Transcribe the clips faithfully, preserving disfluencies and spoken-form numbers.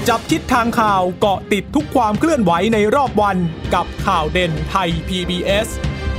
จับทิศทางข่าวเกาะติดทุกความเคลื่อนไหวในรอบวันกับข่าวเด่นไทย พี บี เอส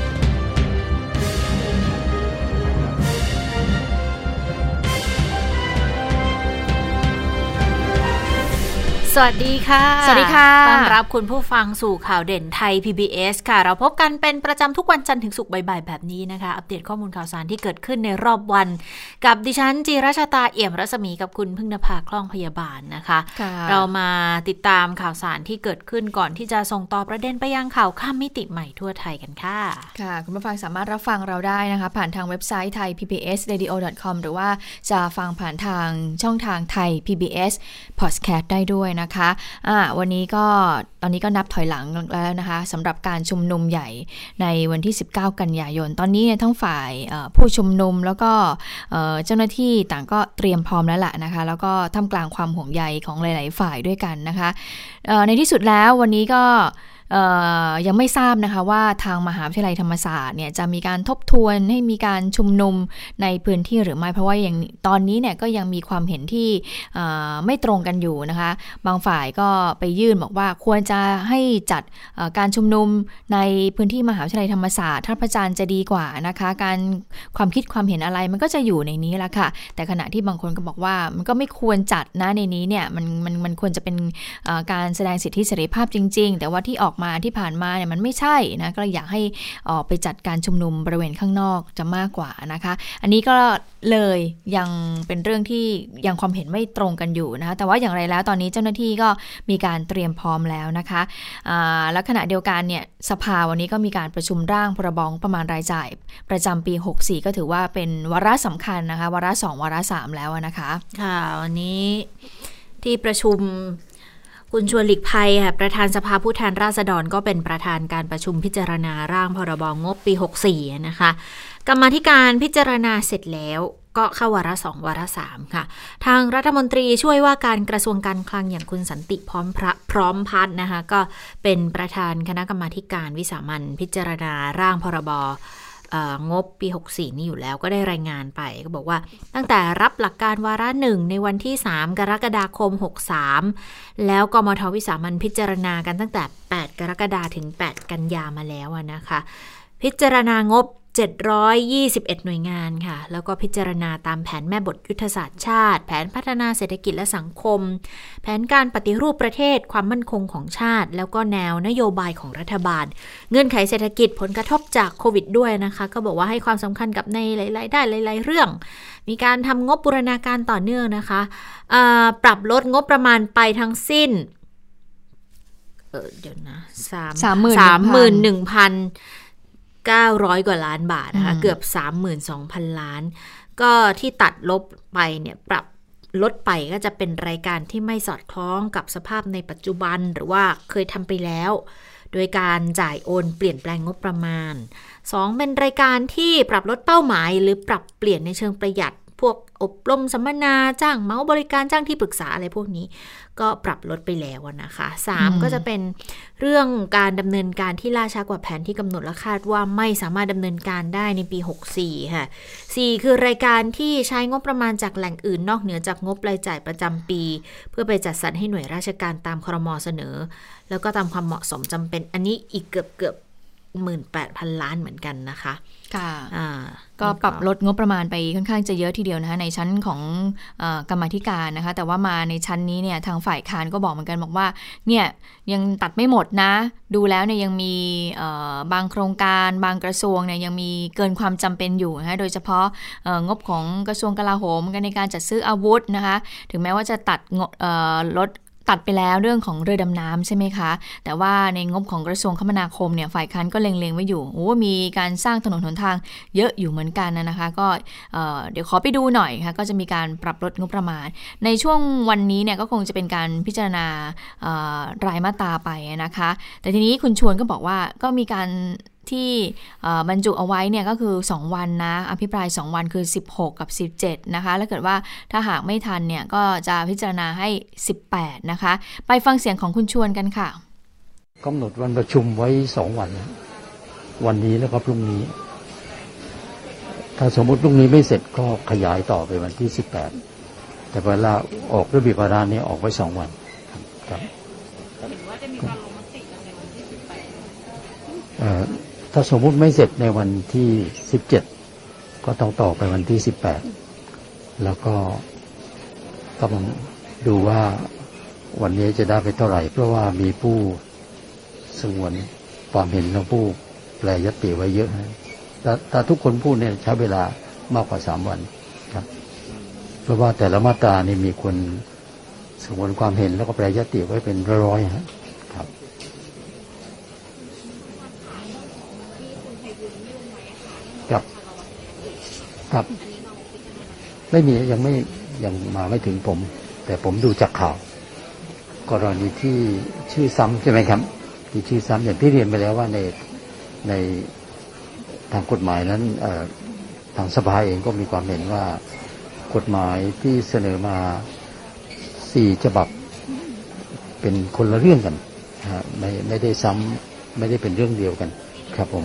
สวัสดีค่ะสวัสดีค่ะต้อนรับคุณผู้ฟังสู่ข่าวเด่นไทย พี บี เอส ค่ะเราพบกันเป็นประจำทุกวันจันทร์ถึงศุกร์บ่ายๆแบบนี้นะคะอัปเดตข้อมูลข่าวสารที่เกิดขึ้นในรอบวันกับดิฉันจีราชาตาเอี่ยมรัศมีกับคุณพึ่งนภาคล่องพยาบาลนะคะเรามาติดตามข่าวสารที่เกิดขึ้นก่อนที่จะส่งต่อประเด็นไปยังข่าวข้ามมิติใหม่ทั่วไทยกันค่ะค่ะคุณผู้ฟังสามารถรับฟังเราได้นะคะผ่านทางเว็บไซต์ไทย พี บี เอส เรดิโอ ดอท คอม หรือว่าจะฟังผ่านทางช่องทางไทย พี บี เอส Podcast ได้ด้วยนะคะอ่าวันนี้ก็ตอนนี้ก็นับถอยหลังแล้วนะคะสำหรับการชุมนุมใหญ่ในวันที่สิบเก้ากันยายนตอนนี้ทั้งฝ่ายผู้ชุมนุมแล้วก็เจ้าหน้าที่ต่างก็เตรียมพร้อมแล้วล่ะนะคะแล้วก็ท่ามกลางความห่วงใยของหลายๆฝ่ายด้วยกันนะคะในที่สุดแล้ววันนี้ก็ยังไม่ทราบนะคะว่าทางมหาวิทยาลัยธรรมศาสตร์เนี่ยจะมีการทบทวนให้มีการชุมนุมในพื้นที่หรือไม่เพราะว่าอย่างตอนนี้เนี่ยก็ยังมีความเห็นที่ไม่ตรงกันอยู่นะคะบางฝ่ายก็ไปยื่นบอกว่าควรจะให้จัดการชุมนุมในพื้นที่มหาวิทยาลัยธรรมศาสตร์ท่าพระจันทร์จะดีกว่านะคะการความคิดความเห็นอะไรมันก็จะอยู่ในนี้แหละค่ะแต่ขณะที่บางคนก็บอกว่ามันก็ไม่ควรจัดนะในนี้เนี่ยมันมันมันควรจะเป็นการแสดงสิทธิเสรีภาพจริงๆแต่ว่าที่ออกมาที่ผ่านมาเนี่ยมันไม่ใช่นะก็อยากให้ออกไปจัดการชุมนุมบริเวณข้างนอกจะมากกว่านะคะอันนี้ก็เลยยังเป็นเรื่องที่ยังความเห็นไม่ตรงกันอยู่นะคะแต่ว่าอย่างไรแล้วตอนนี้เจ้าหน้าที่ก็มีการเตรียมพร้อมแล้วนะคะและขณะเดียวกันเนี่ยสภาวันนี้ก็มีการประชุมร่างพรบงบประมาณรายจ่ายประจำปีหกสิบสี่ก็ถือว่าเป็นวาระสำคัญนะคะวาระสองวาระสามแล้วนะคะค่ะวันนี้ที่ประชุมคุณชวนหลีกภัยค่ะประธานสภาผู้แทนราษฎรก็เป็นประธานการประชุมพิจารณาร่างพรบงบปีหกสิบสี่นะคะกรรมาธิการพิจารณาเสร็จแล้วก็เข้าวาระสองวาระสามค่ะทางรัฐมนตรีช่วยว่าการกระทรวงการคลังอย่างคุณสันติพร้อมพระพร้อมพัฒน์นะคะก็เป็นประธานคณะกรรมาธิการวิสามัญพิจารณาร่างพรบงบปีหกสิบสี่นี่อยู่แล้วก็ได้รายงานไปก็บอกว่าตั้งแต่รับหลักการวาระหนึ่งในวันที่สามกรกฎาคมหกสิบสามแล้วกมท.วิสามัญพิจารณากันตั้งแต่แปดกรกฎาคมถึงแปดกันยามาแล้วนะคะพิจารณางบเจ็ดร้อยยี่สิบเอ็ดหน่วยงานค่ะแล้วก็พิจารณาตามแผนแม่บทยุทธศาสตร์ชาติแผนพัฒนาเศรษฐกิจและสังคมแผนการปฏิรูปประเทศความมั่นคงของชาติแล้วก็แนวนโยบายของรัฐบาลเงื่อนไขเศรษฐกิจผลกระทบจากโควิดด้วยนะคะก็บอกว่าให้ความสำคัญกับในหลายๆด้านหลายๆเรื่องมีการทำงบบูรณาการต่อเนื่องนะคะปรับลดงบประมาณไปทั้งสิ้นเออเดี๋ยวนะสามหมื่นหนึ่งพันเก้าร้อยกว่าล้านบาทนะคะเกือบ สามหมื่นสองพัน ล้านก็ที่ตัดลบไปเนี่ยปรับลดไปก็จะเป็นรายการที่ไม่สอดคล้องกับสภาพในปัจจุบันหรือว่าเคยทำไปแล้วโดยการจ่ายโอนเปลี่ยนแปลงงบประมาณสองเป็นรายการที่ปรับลดเป้าหมายหรือปรับเปลี่ยนในเชิงประหยัดพวกอบรมสัมมนาจ้างเมาส์บริการจ้างที่ปรึกษาอะไรพวกนี้ก็ปรับลดไปแล้วนะคะสามก็จะเป็นเรื่องการดำเนินการที่ล่าช้ากว่าแผนที่กำหนดและคาดว่าไม่สามารถดำเนินการได้ในปีหกสิบสี่ค่ะสี่คือรายการที่ใช้งบประมาณจากแหล่งอื่นนอกเหนือจากงบรายจ่ายประจำปีเพื่อไปจัดสรรให้หน่วยราชการตามครม.เสนอแล้วก็ตามความเหมาะสมจำเป็นอันนี้อีกเกือบเกือบหมื่นแปดพันล้านเหมือนกันนะคะค่ะก็ปรับลดงบประมาณไปค่อนข้างจะเยอะทีเดียวนะคะในชั้นของเอ่อกรรมาธิการนะคะแต่ว่ามาในชั้นนี้เนี่ยทางฝ่ายค้านก็บอกเหมือนกันบอกว่าเนี่ยยังตัดไม่หมดนะดูแล้วเนี่ยยังมีเอ่อบางโครงการบางกระทรวงเนี่ยยังมีเกินความจำเป็นอยู่นะคะโดยเฉพาะเอ่องบของกระทรวงกลาโหมกันในการจัดซื้ออาวุธนะคะถึงแม้ว่าจะตัดเอ่อลดตัดไปแล้วเรื่องของเรือดำน้ำใช่ไหมคะแต่ว่าในงบของกระทรวงคมนาคมเนี่ยฝ่ายค้านก็เล็งๆไว้อยู่โอ้มีการสร้างถนนหนทางเยอะอยู่เหมือนกันนะคะก็เอ่อเดี๋ยวขอไปดูหน่อยค่ะก็จะมีการปรับลดงบประมาณในช่วงวันนี้เนี่ยก็คงจะเป็นการพิจารณารายมาตราไปนะคะแต่ทีนี้คุณชวนก็บอกว่าก็มีการที่บรรจุเอาไว้เนี่ยก็คือสองวันนะอภิปรายสองวันคือสิบหกกับสิบเจ็ดนะคะแล้วเกิดว่าถ้าหากไม่ทันเนี่ยก็จะพิจารณาให้สิบแปดนะคะไปฟังเสียงของคุณชวนกันค่ะกำหนดวันประชุมไว้สองวันวันนี้แล้วก็พรุ่งนี้ถ้าสมมติพรุ่งนี้ไม่เสร็จก็ขยายต่อไปวันที่สิบแปดแต่เวลาออกระเบียบวาระนี้ออกไว้สองวันครับเห็นว่าจะมีการลงมติในวันที่สิบแปดเอ่อถ้าสมมุติไม่เสร็จในวันที่สิบเจ็ดก็ต้องต่อไปวันที่สิบแปดแล้วก็ต้องดูว่าวันนี้จะได้ไปเท่าไหร่เพราะว่ามีผู้สงวนความเห็นของผู้แปลยติไว้เยอะนะถ้าถ้าทุกคนพูดเนี่ยใช้เวลามากกว่าสามวันครับเพราะว่าแต่ละมาตรานี่มีคนสงวนความเห็นแล้วก็แปลยติไว้เป็นร้อยๆครับครับครับไม่มียังไม่ยังมาไม่ถึงผมแต่ผมดูจากข่าวกรณีที่ชื่อซ้ำใช่ไหมครับที่ชื่อซ้ำอย่างที่เรียนไปแล้วว่าในในทางกฎหมายนั้นทางสภาเองก็มีความเห็นว่ากฎหมายที่เสนอมาสี่ฉบับเป็นคนละเรื่องกันไม่ไม่ได้ซ้ำไม่ได้เป็นเรื่องเดียวกันครับผม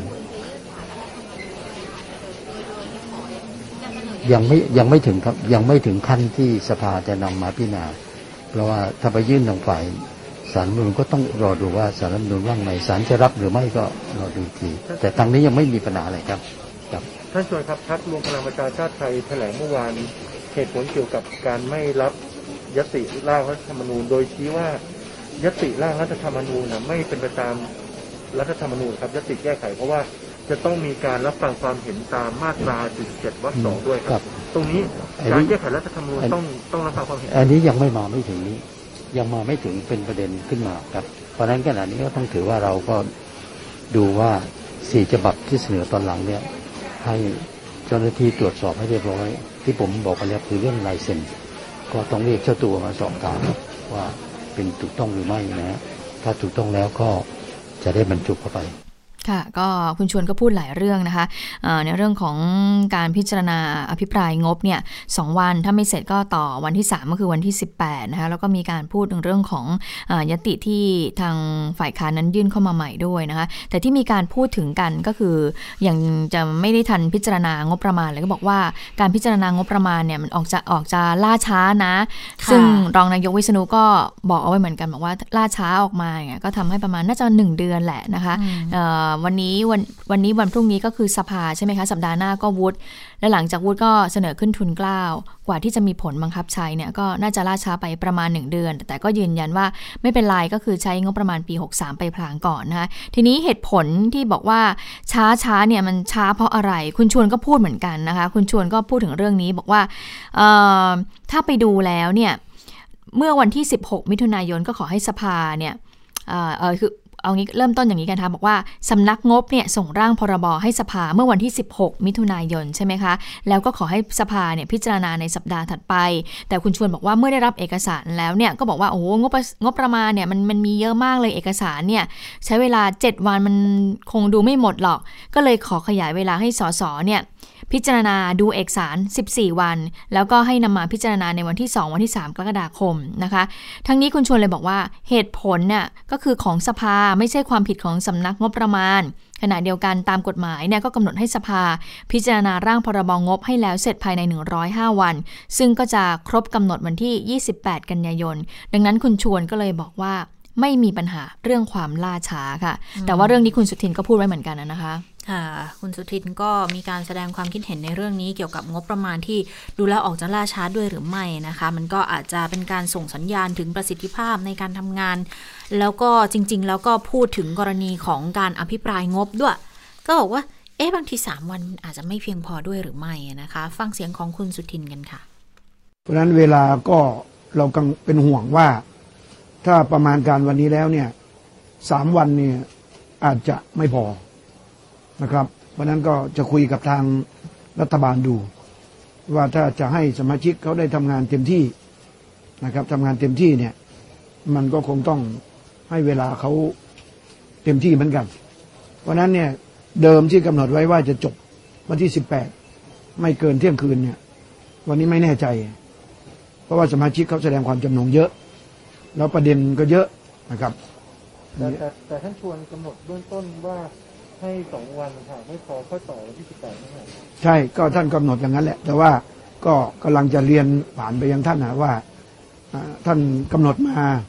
ยังไม่ยังไม่ถึงครับยังไม่ถึงขั้นที่สภาจะนำมาพิจารณาเพราะว่าถ้าไปยื่นทางฝ่ายศาลรัฐธรรมนูญก็ต้องรอดูว่าศาลรัฐธรรมนูญว่าไงศาลจะรับหรือไม่ก็รอดูทีแต่ทางนี้ยังไม่มีปัญหาอะไรครับครับท่านชวนครับพรรครวมพลังประชาชาติไทยแถลงเมื่อวานเหตุผลเกี่ยวกับการไม่รับยติร่างรัฐธรรมนูญโดยชี้ว่ายติร่างรัฐธรรมนูญนะไม่เป็นไปตามรัฐธรรมนูญครับยติแก้ไขเพราะว่าจะต้องมีการรับฟังความเห็นตามมาตราสี่สิบเจ็ดวรรคสองด้วยครับตรงนี้การแก้ไขรัฐธรรมนูญต้องต้องรับฟังความเห็นอันนี้ยังไม่มาไม่ถึงนี้ยังมาไม่ถึงเป็นประเด็นขึ้นมาครับเพราะฉะนั้นขณะนี้ก็ต้องถือว่าเราก็ดูว่าสี่ฉบับที่เสนอตอนหลังเนี่ยให้เจ้าหน้าที่ตรวจสอบให้เรียบร้อยที่ผมบอกไปแล้วคือเรื่องลายเซ็นก็ต้องเรียกเจ้าตัวมาสอบถามว่าเป็นถูกต้องหรือไม่นะถ้าถูกต้องแล้วก็จะได้บรรจุเข้าไปค่ะก็คุณชวนก็พูดหลายเรื่องนะคะในเรื่องของการพิจารณาอภิปรายงบเนี่ยสองวันถ้าไม่เสร็จก็ต่อวันที่สามก็คือวันที่สิบแปดนะคะแล้วก็มีการพูดถึงเรื่องของยติที่ทางฝ่ายค้านนั้นยื่นเข้ามาใหม่ด้วยนะคะแต่ที่มีการพูดถึงกันก็คืออย่างจะไม่ได้ทันพิจารณางบประมาณเลยก็บอกว่าการพิจารณางบประมาณเนี่ยมันออกจะออกจะล่าช้านะซึ่งรองนายกวิษณุก็บอกเอาไว้เหมือนกันบอกว่าล่าช้าออกมาเนี่ยก็ทำให้ประมาณน่าจะหนึ่งเดือนแหละนะคะวันนี้วันวันนี้วันพรุ่งนี้ก็คือสภาใช่ไหมคะสัปดาห์หน้าก็วุฒิและหลังจากวุฒิก็เสนอขึ้นทุนเกล้ากว่าที่จะมีผลบังคับใช้เนี่ยก็น่าจะล่าช้าไปประมาณหนึ่งเดือนแต่ก็ยืนยันว่าไม่เป็นไรก็คือใช้งบประมาณปีหกสิบสามไปพลางก่อนนะคะทีนี้เหตุผลที่บอกว่าช้าช้าเนี่ยมันช้าเพราะอะไรคุณชวนก็พูดเหมือนกันนะคะคุณชวนก็พูดถึงเรื่องนี้บอกว่าเอ่อถ้าไปดูแล้วเนี่ยเมื่อวันที่สิบหกมิถุนายนก็ขอให้สภาเนี่ยเอ่อเออคือเอางี้เริ่มต้นอย่างนี้กันค่ะบอกว่าสำนักงบเนี่ยส่งร่างพรบให้สภาเมื่อวันที่สิบหกมิถุนายนใช่ไหมคะแล้วก็ขอให้สภาเนี่ยพิจารณาในสัปดาห์ถัดไปแต่คุณชวนบอกว่าเมื่อได้รับเอกสารแล้วเนี่ยก็บอกว่าโอ้โหงบงบประมาณเนี่ยมันมันมีเยอะมากเลยเอกสารเนี่ยใช้เวลาเจ็ดวันมันคงดูไม่หมดหรอกก็เลยขอขยายเวลาให้สสเนี่ยพิจารณาดูเอกสารสิบสี่วันแล้วก็ให้นำมาพิจารณาในวันที่สองวันที่สามกรกฎาคมนะคะทั้งนี้คุณชวนเลยบอกว่าเหตุผลเนี่ยก็คือของสภาไม่ใช่ความผิดของสำนักงบประมาณขณะเดียวกันตามกฎหมายเนี่ยก็กำหนดให้สภาพิจารณาร่างพรบงบให้แล้วเสร็จภายในหนึ่งร้อยห้าวันซึ่งก็จะครบกำหนดวันที่ยี่สิบแปดกันยายนดังนั้นคุณชวนก็เลยบอกว่าไม่มีปัญหาเรื่องความล่าช้าค่ะแต่ว่าเรื่องนี้คุณสุทินก็พูดไว้เหมือนกันนะคะค่ะคุณสุทินก็มีการแสดงความคิดเห็นในเรื่องนี้เกี่ยวกับงบประมาณที่ดูแล้วออกจะล่าช้าด้วยหรือไม่นะคะมันก็อาจจะเป็นการส่งสัญญาณถึงประสิทธิภาพในการทำงานแล้วก็จริงๆแล้วก็พูดถึงกรณีของการอภิปรายงบด้วยก็บอกว่าเอ๊ะบางทีสามวันอาจจะไม่เพียงพอด้วยหรือไม่นะคะฟังเสียงของคุณสุทินกันค่ะเพราะฉะนั้นเวลาก็เรากังเป็นห่วงว่าถ้าประมาณการวันนี้แล้วเนี่ยสามวันเนี่ยอาจจะไม่พอนะครับเพราะนั้นก็จะคุยกับทางรัฐบาลดูว่าถ้าจะให้สมาชิกเขาได้ทำงานเต็มที่นะครับทำงานเต็มที่เนี่ยมันก็คงต้องให้เวลาเขาเต็มที่เหมือนกันเพราะนั้นเนี่ยเดิมที่กำหนดไว้ว่าจะจบวันที่สิบแปดไม่เกินเที่ยงคืนเนี่ยวันนี้ไม่แน่ใจเพราะว่าสมาชิกเขาแสดงความจำนงเยอะแล้วประเด็นก็เยอะนะครับแต่แต่แต่ท่านชวนกำหนดเบื้องต้นว่าให้สองวันค่ะไม่พอค่อยต่อวันที่สิบแปดนี่ค่ะใช่ก็ท่านกำหนดอย่างนั้นแหละแต่ว่าก็กำลังจะเรียนผ่านไปยังท่านนะว่าท่านกำหนดมา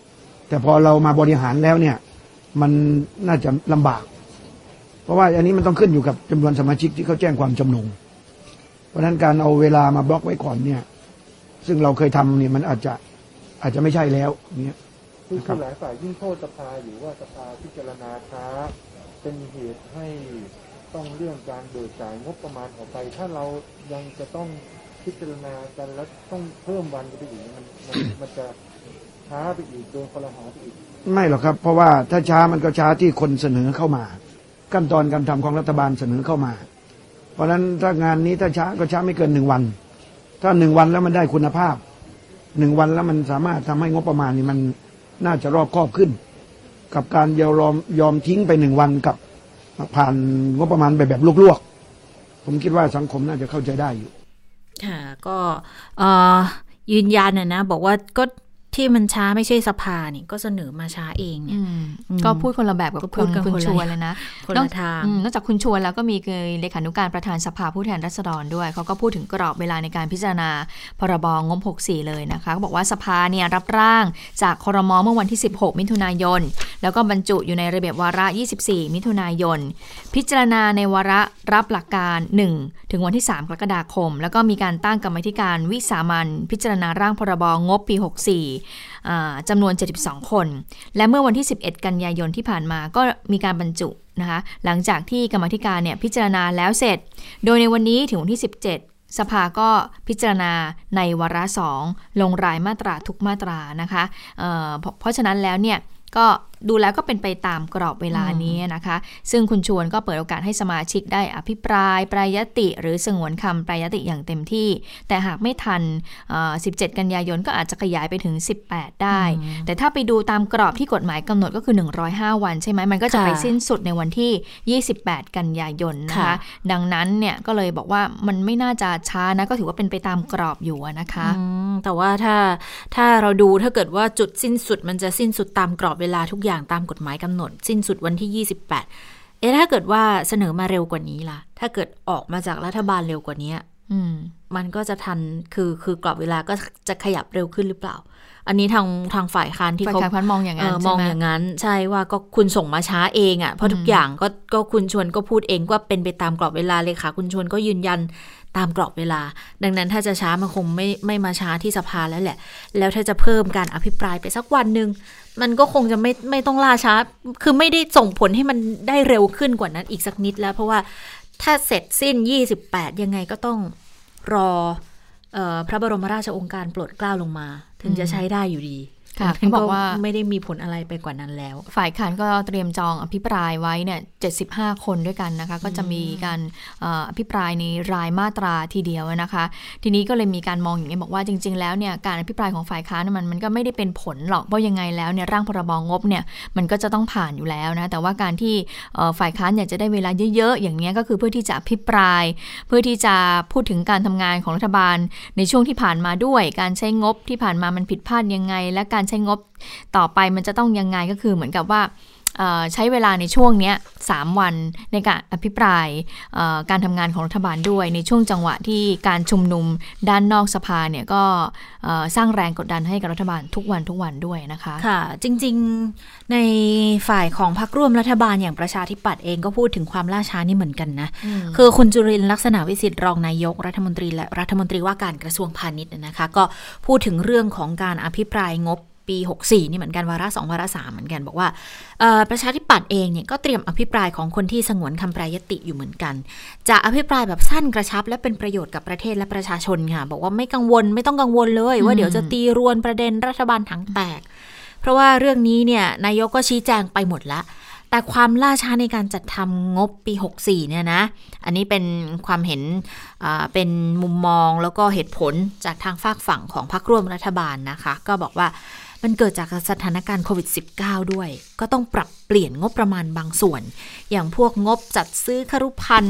แต่พอเรามาบริหารแล้วเนี่ยมันน่าจะลำบากเพราะว่าอันนี้มันต้องขึ้นอยู่กับจำนวนสมาชิกที่เขาแจ้งความจำนงเพราะฉะนั้นการเอาเวลามาบล็อกไว้ก่อนเนี่ยซึ่งเราเคยทำเนี่ยมันอาจจะอาจจะไม่ใช่แล้วเนี่ยคือหลายฝ่ายยิ่งโทษสภาอยู่ว่าสภาพิจารณาช้าเป็นเหตุให้ต้องเรื่องการเบิกจ่ายงบประมาณออกไปถ้าเรายังจะต้องพิจารณากันแล้วต้องเพิ่มวันไปอีกมันมันจะช้าไปอีกโดนคลหาไปอีกไม่หรอกครับเพราะว่าถ้าช้ามันก็ช้าที่คนเสนอเข้ามาขั้นตอนการทำของรัฐบาลเสนอเข้ามาเพราะฉะนั้นถ้างานนี้ถ้าช้าก็ช้าไม่เกินหนึ่งวันถ้าหนึ่งวันแล้วมันได้คุณภาพหนึ่งวันแล้วมันสามารถทำให้งบประมาณนี่มันน่าจะรอบคอบขึ้นกับการยอมยอมทิ้งไปหนึ่งวันกับผ่านงบประมาณแบบแบบลวกๆผมคิดว่าสังคมน่าจะเข้าใจได้อยู่ค่ะก็ยืนยันนะนะบอกว่าก็ที่มันช้าไม่ใช่สภานี่ก็เสนอมาช้าเองเนี่ยก็พูดคนละแบบกับคุณคุณชวนเลยนะคนละทางนอกจากคุณชวนแล้วก็มีเลขานุการประธานสภาผู้แทนราษฎรด้วยเขาก็พูดถึงกรอบเวลาในการพิจารณาพรบงบหกสิบสี่เลยนะคะเขาบอกว่าสภาเนี่ยรับร่างจากครม.เมื่อวันที่สิบหกมิถุนายนแล้วก็บรรจุอยู่ในระเบียบวาระยี่สิบสี่มิถุนายนพิจารณาในวาระรับหลักการหนึ่งถึงวันที่สามกรกฎาคมแล้วก็มีการตั้งกรรมธิการวิสามัญพิจารณาร่างพรบงบปีหกสิบสี่จำนวนเจ็ดสิบสองคนและเมื่อวันที่สิบเอ็ดกันยายนที่ผ่านมาก็มีการบรรจุนะคะหลังจากที่กรรมธิการเนี่ยพิจารณาแล้วเสร็จโดยในวันนี้ถึงวันที่สิบเจ็ดสภาก็พิจารณาในวาระสองลงรายมาตราทุกมาตรานะคะเอ่อเพราะฉะนั้นแล้วเนี่ยก็ดูแล้วก็เป็นไปตามกรอบเวลานี้นะคะซึ่งคุณชวนก็เปิดโอกาสให้สมาชิกได้อภิปรายแปรยติหรือสงวนคำแปรยติอย่างเต็มที่แต่หากไม่ทันสิบเจ็ดกันยายนก็อาจจะขยายไปถึงสิบแปดได้แต่ถ้าไปดูตามกรอบที่กฎหมายกำหนดก็คือหนึ่งร้อยห้าวันใช่ไหมมันก็จะไปสิ้นสุดในวันที่ยี่สิบแปดกันยายนนะคะดังนั้นเนี่ยก็เลยบอกว่ามันไม่น่าจะช้านะก็ถือว่าเป็นไปตามกรอบอยู่นะคะแต่ว่าถ้าถ้าเราดูถ้าเกิดว่าจุดสิ้นสุดมันจะสิ้นสุดตามกรอบเวลาทุกอย่างตามกฎหมายกำหนดสิ้นสุดวันที่ยี่สิบแปดเอ๊ะถ้าเกิดว่าเสนอมาเร็วกว่านี้ล่ะถ้าเกิดออกมาจากรัฐบาลเร็วกว่านี้อืมมันก็จะทันคือคือกรอบเวลาก็จะขยับเร็วขึ้นหรือเปล่าอันนี้ทางทางฝ่ายค้านที่เขามองอย่างนั้นมองอย่างนั้นใช่ว่าก็คุณส่งมาช้าเองอ่ะเพราะทุกอย่างก็ก็คุณชวนก็พูดเองว่าเป็นไปตามกรอบเวลาเลยค่ะคุณชวนก็ยืนยันตามกรอบเวลาดังนั้นถ้าจะช้ามันคงไม่ไม่มาช้าที่สภาแล้วแหละแล้วถ้าจะเพิ่มการอภิปรายไปสักวันนึงมันก็คงจะไม่ไม่ต้องล่าช้าคือไม่ได้ส่งผลให้มันได้เร็วขึ้นกว่านั้นอีกสักนิดแล้วเพราะว่าถ้าเสร็จสิ้นยี่สิบแปดยังไงก็ต้องรอเอ่อพระบรมราชโองการโปรดเกล้าลงมาถึงจะใช้ได้อยู่ดีค่ะเขาบอกว่าไม่ได้มีผลอะไรไปกว่านั้นแล้วฝ่ายค้านก็เตรียมจองอภิปรายไว้เนี่ยเจ็ดสิบห้าคนด้วยกันนะคะก็จะมีการอภิปรายในรายมาตราทีเดียวนะคะทีนี้ก็เลยมีการมองอย่างนี้บอกว่าจริงๆแล้วเนี่ยการอภิปรายของฝ่ายค้านมันมันก็ไม่ได้เป็นผลหรอกเพราะยังไงแล้วเนี่ยร่างพรบงบเนี่ยมันก็จะต้องผ่านอยู่แล้วนะแต่ว่าการที่ฝ่ายค้านอยากจะได้เวลาเยอะๆอย่างนี้ก็คือเพื่อที่จะอภิปรายเพื่อที่จะพูดถึงการทำงานของรัฐบาลในช่วงที่ผ่านมาด้วยการใช้งบที่ผ่านมามันผิดพลาดยังไงและการใช้งบต่อไปมันจะต้องยังไงก็คือเหมือนกับว่าใช้เวลาในช่วงนี้สามวันในการอภิปรายการทำงานของรัฐบาลด้วยในช่วงจังหวะที่การชุมนุมด้านนอกสภาเนี่ยก็สร้างแรงกดดันให้กับรัฐบาลทุกวันทุกวันด้วยนะคะค่ะจริงๆในฝ่ายของพรรคร่วมรัฐบาลอย่างประชาธิปัตย์เองก็พูดถึงความล่าช้านี่เหมือนกันนะคือคุณจุรินทร์ลักษณะวิสิทธิ์รองนายกรัฐมนตรีและรัฐมนตรีว่าการกระทรวงพาณิชย์นะคะก็พูดถึงเรื่องของการอภิปรายงบปีหกสิบสี่นี่เหมือนกันวาระสองวาระสามเหมือนกันบอกว่าประชาธิปัตย์เองเนี่ยก็เตรียมอภิปรายของคนที่สงวนคำแปรยติอยู่เหมือนกันจะอภิปรายแบบสั้นกระชับและเป็นประโยชน์กับประเทศและประชาชนค่ะบอกว่าไม่กังวลไม่ต้องกังวลเลยว่าเดี๋ยวจะตีรวนประเด็นรัฐบาลถังแตกเพราะว่าเรื่องนี้เนี่ยนายกก็ชี้แจงไปหมดแล้วแต่ความล่าช้าในการจัดทำงบปีหกสิบสี่เนี่ยนะอันนี้เป็นความเห็นเป็นมุมมองแล้วก็เหตุผลจากทางฝากฝั่งของพรรคร่วมรัฐบาลนะคะก็บอกว่ามันเกิดจากสถานการณ์โควิด สิบเก้า ด้วยก็ต้องปรับเปลี่ยนงบประมาณบางส่วนอย่างพวกงบจัดซื้อครุภัณฑ์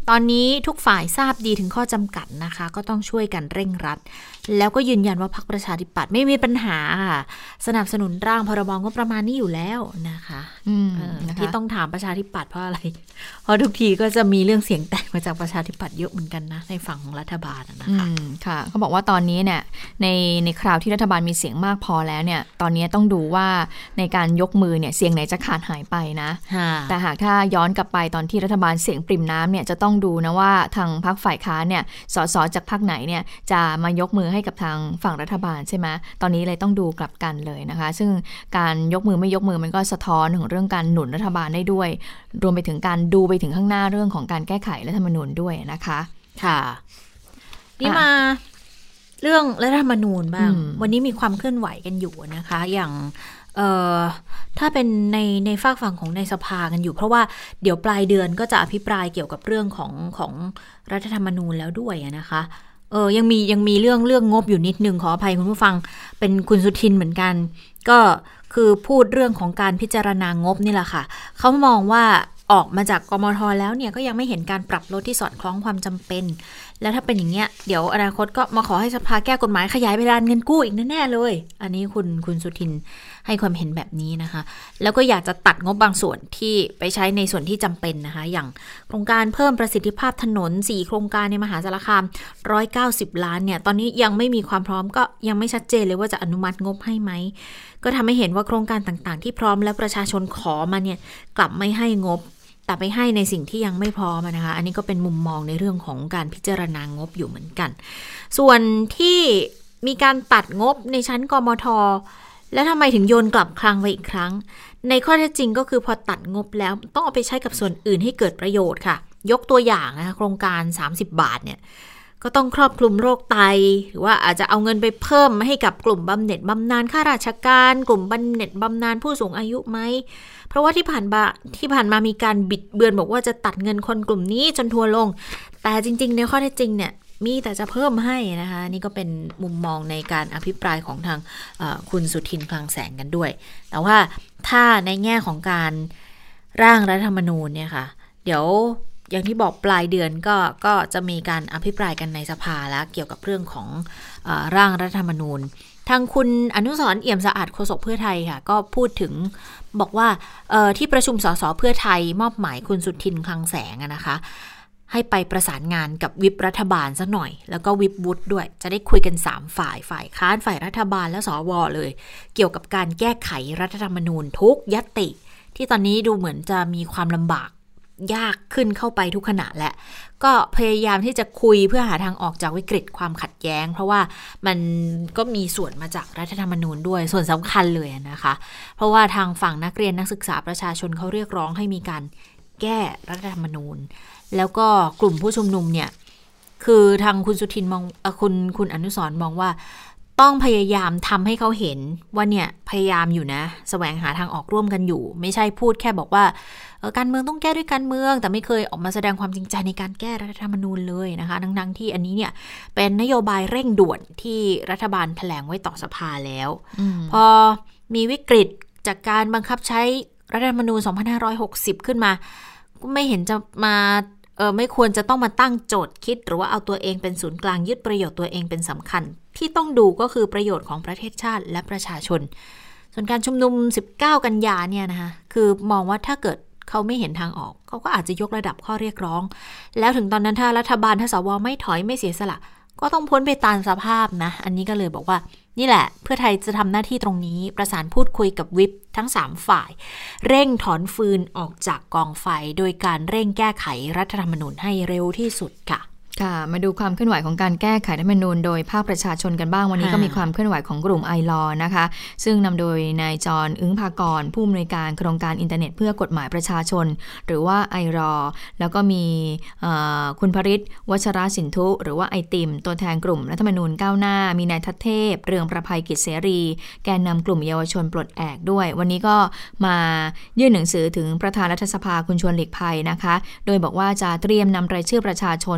ตอนนี้ทุกฝ่ายทราบดีถึงข้อจำกัดนะคะก็ต้องช่วยกันเร่งรัดแล้วก็ยืนยันว่าพรรคประชาธิปัตย์ไม่มีปัญหาค่ะสนับสนุนร่างพรบงบประมาณนี้อยู่แล้วนะคะที่ต้องถามประชาธิปัตย์เพราะอะไรเพราะทุกทีก็จะมีเรื่องเสียงแตกมาจากประชาธิปัตย์เยอะเหมือนกันนะในฝั่งของรัฐบาลนะคะค่ะเขาบอกว่าตอนนี้เนี่ยในในคราวที่รัฐบาลมีเสียงมากพอแล้วเนี่ยตอนนี้ต้องดูว่าในการยกมือเนี่ยเสียงไหนจะขาดหายไปนะแต่หากถ้าย้อนกลับไปตอนที่รัฐบาลเสียงปริ่มน้ำเนี่ยจะต้องดูนะว่าทางพรรคฝ่ายค้านเนี่ยสสจากพรรคไหนเนี่ยจะมายกมือให้กับทางฝั่งรัฐบาลใช่ไหมตอนนี้เลยต้องดูกลับกันเลยนะคะซึ่งการยกมือไม่ยกมือมันก็สะท้อนถึงเรื่องการหนุนรัฐบาลได้ด้วยรวมไปถึงการดูไปถึงข้างหน้าเรื่องของการแก้ไขรัฐธรรมนูญด้วยนะคะค่ะนี่มาเรื่องรัฐธรรมนูญบ้างวันนี้มีความเคลื่อนไหวกันอยู่นะคะอย่างเอ่อถ้าเป็นในในฝากฝั่งของในสภากันอยู่เพราะว่าเดี๋ยวปลายเดือนก็จะอภิปรายเกี่ยวกับเรื่องของของรัฐธรรมนูญแล้วด้วยนะคะเออยังมียังมีเรื่องเรื่องงบอยู่นิดนึงขออภัยคุณผู้ฟังเป็นคุณสุทินเหมือนกันก็คือพูดเรื่องของการพิจารณางบนี่แหละค่ะเขามองว่าออกมาจากกมท.แล้วเนี่ยก็ยังไม่เห็นการปรับลดที่สอดคล้องความจำเป็นแล้วถ้าเป็นอย่างเงี้ยเดี๋ยวอนาคตก็มาขอให้สภาแก้กฎหมายขยายเพดานเงินกู้อีกแน่ๆเลยอันนี้คุณคุณสุทินให้ความเห็นแบบนี้นะคะแล้วก็อยากจะตัดงบบางส่วนที่ไปใช้ในส่วนที่จำเป็นนะคะอย่างโครงการเพิ่มประสิทธิภาพถนนสี่โครงการในมหาสารคามหนึ่งร้อยเก้าสิบล้านเนี่ยตอนนี้ยังไม่มีความพร้อมก็ยังไม่ชัดเจนเลยว่าจะอนุมัติงบให้ไหมก็ทำให้เห็นว่าโครงการต่างๆที่พร้อมและประชาชนขอมาเนี่ยกลับไม่ให้งบแต่ไปให้ในสิ่งที่ยังไม่พร้อมนะคะอันนี้ก็เป็นมุมมองในเรื่องของการพิจารณางบอยู่เหมือนกันส่วนที่มีการตัดงบในชั้นกมท.แล้วทำไมถึงโยนกลับคลังไว้อีกครั้งในข้อเท็จจริงก็คือพอตัดงบแล้วต้องเอาไปใช้กับส่วนอื่นให้เกิดประโยชน์ค่ะยกตัวอย่างนะคะโครงการสามสิบบาทเนี่ยก็ต้องครอบคลุมโรคไตหรือว่าอาจจะเอาเงินไปเพิ่มให้กับกลุ่มบำเหน็จบำนาญข้าราชการกลุ่มบำเหน็จบำนาญผู้สูงอายุไหมเพราะว่าที่ผ่านมาที่ผ่านมามีการบิดเบือนบอกว่าจะตัดเงินคนกลุ่มนี้จนทัวลงแต่จริงๆในข้อเท็จจริงเนี่ยมีแต่จะเพิ่มให้นะคะนี่ก็เป็นมุมมองในการอภิปรายของทางคุณสุทินคลังแสงกันด้วยแต่ว่าถ้าในแง่ของการร่างรัฐธรรมนูญเนี่ยค่ะเดี๋ยวอย่างที่บอกปลายเดือนก็ก็จะมีการอภิปรายกันในสภาแล้วเกี่ยวกับเรื่องของเอ่อร่างรัฐธรรมนูญทางคุณอนุสรณ์เอี่ยมสะอาดโฆษกเพื่อไทยค่ะก็พูดถึงบอกว่าเอ่อที่ประชุมสสเพื่อไทยมอบหมายคุณสุทินคลังแสงนะคะให้ไปประสานงานกับวิปรัฐบาลซะหน่อยแล้วก็วิปวุฒิด้วยจะได้คุยกันสามฝ่ายฝ่ายค้านฝ่ายรัฐบาลและสวเลยเกี่ยวกับการแก้ไขรัฐธรรมนูญทุกญัตติที่ตอนนี้ดูเหมือนจะมีความลำบากยากขึ้นเข้าไปทุกขณะแหละก็พยายามที่จะคุยเพื่อหาทางออกจากวิกฤตความขัดแย้งเพราะว่ามันก็มีส่วนมาจากรัฐธรรมนูญด้วยส่วนสำคัญเลยนะคะเพราะว่าทางฝั่งนักเรียนนักศึกษาประชาชนเขาเรียกร้องให้มีการแก้รัฐธรรมนูญแล้วก็กลุ่มผู้ชุมนุมเนี่ยคือทางคุณสุทินมองเอ่อคุณคุณอนุสรณ์มองว่าต้องพยายามทำให้เขาเห็นว่าเนี่ยพยายามอยู่นะแสวงหาทางออกร่วมกันอยู่ไม่ใช่พูดแค่บอกว่าเออการเมืองต้องแก้ด้วยการเมืองแต่ไม่เคยออกมาแสดงความจริงใจในการแก้รัฐธรรมนูญเลยนะคะทั้งๆที่อันนี้เนี่ยเป็นนโยบายเร่งด่วนที่รัฐบาลแถลงไว้ต่อสภาแล้วพอมีวิกฤตจากการบังคับใช้รัฐธรรมนูญสองพันห้าร้อยหกสิบขึ้นมาก็ไม่เห็นจะมาเออไม่ควรจะต้องมาตั้งโจทย์คิดหรือว่าเอาตัวเองเป็นศูนย์กลางยึดประโยชน์ตัวเองเป็นสำคัญที่ต้องดูก็คือประโยชน์ของประเทศชาติและประชาชนส่วนการชุมนุมสิบเก้ากันยาเนี่ยนะคะคือมองว่าถ้าเกิดเขาไม่เห็นทางออกเขาก็อาจจะยกระดับข้อเรียกร้องแล้วถึงตอนนั้นถ้ารัฐบาลถ้าสวไม่ถอยไม่เสียสละก็ต้องพ้นไปตามสภาพนะอันนี้ก็เลยบอกว่านี่แหละเพื่อไทยจะทำหน้าที่ตรงนี้ประสานพูดคุยกับวิปทั้งสามฝ่ายเร่งถอนฟืนออกจากกองไฟโดยการเร่งแก้ไขรัฐธรรมนูญให้เร็วที่สุดค่ะค่ะมาดูความเคลื่อนไหวของการแก้ไขรัฐธรรมนูญโดยภาคประชาชนกันบ้างวันนี้ก็มีความเคลื่อนไหวของกลุ่มไอลอนะคะซึ่งนำโดยนายจรอึ้งภากรผู้อำนวยการโครงการอินเทอร์เน็ตเพื่อกฎหมายประชาชนหรือว่าไอรอแล้วก็มีคุณภริษวัชรสินธุหรือว่าไอติมตัวแทนกลุ่มรัฐธรรมนูญก้าวหน้ามีนายทัศเทพเรืองประภัยกิจเสรีแกนนำกลุ่มเยาวชนปลดแอกด้วยวันนี้ก็มายื่นหนังสือถึงประธานรัฐสภาคุณชวนหลีกภัยนะคะโดยบอกว่าจะเตรียมนำรายชื่อประชาชนเจ็ด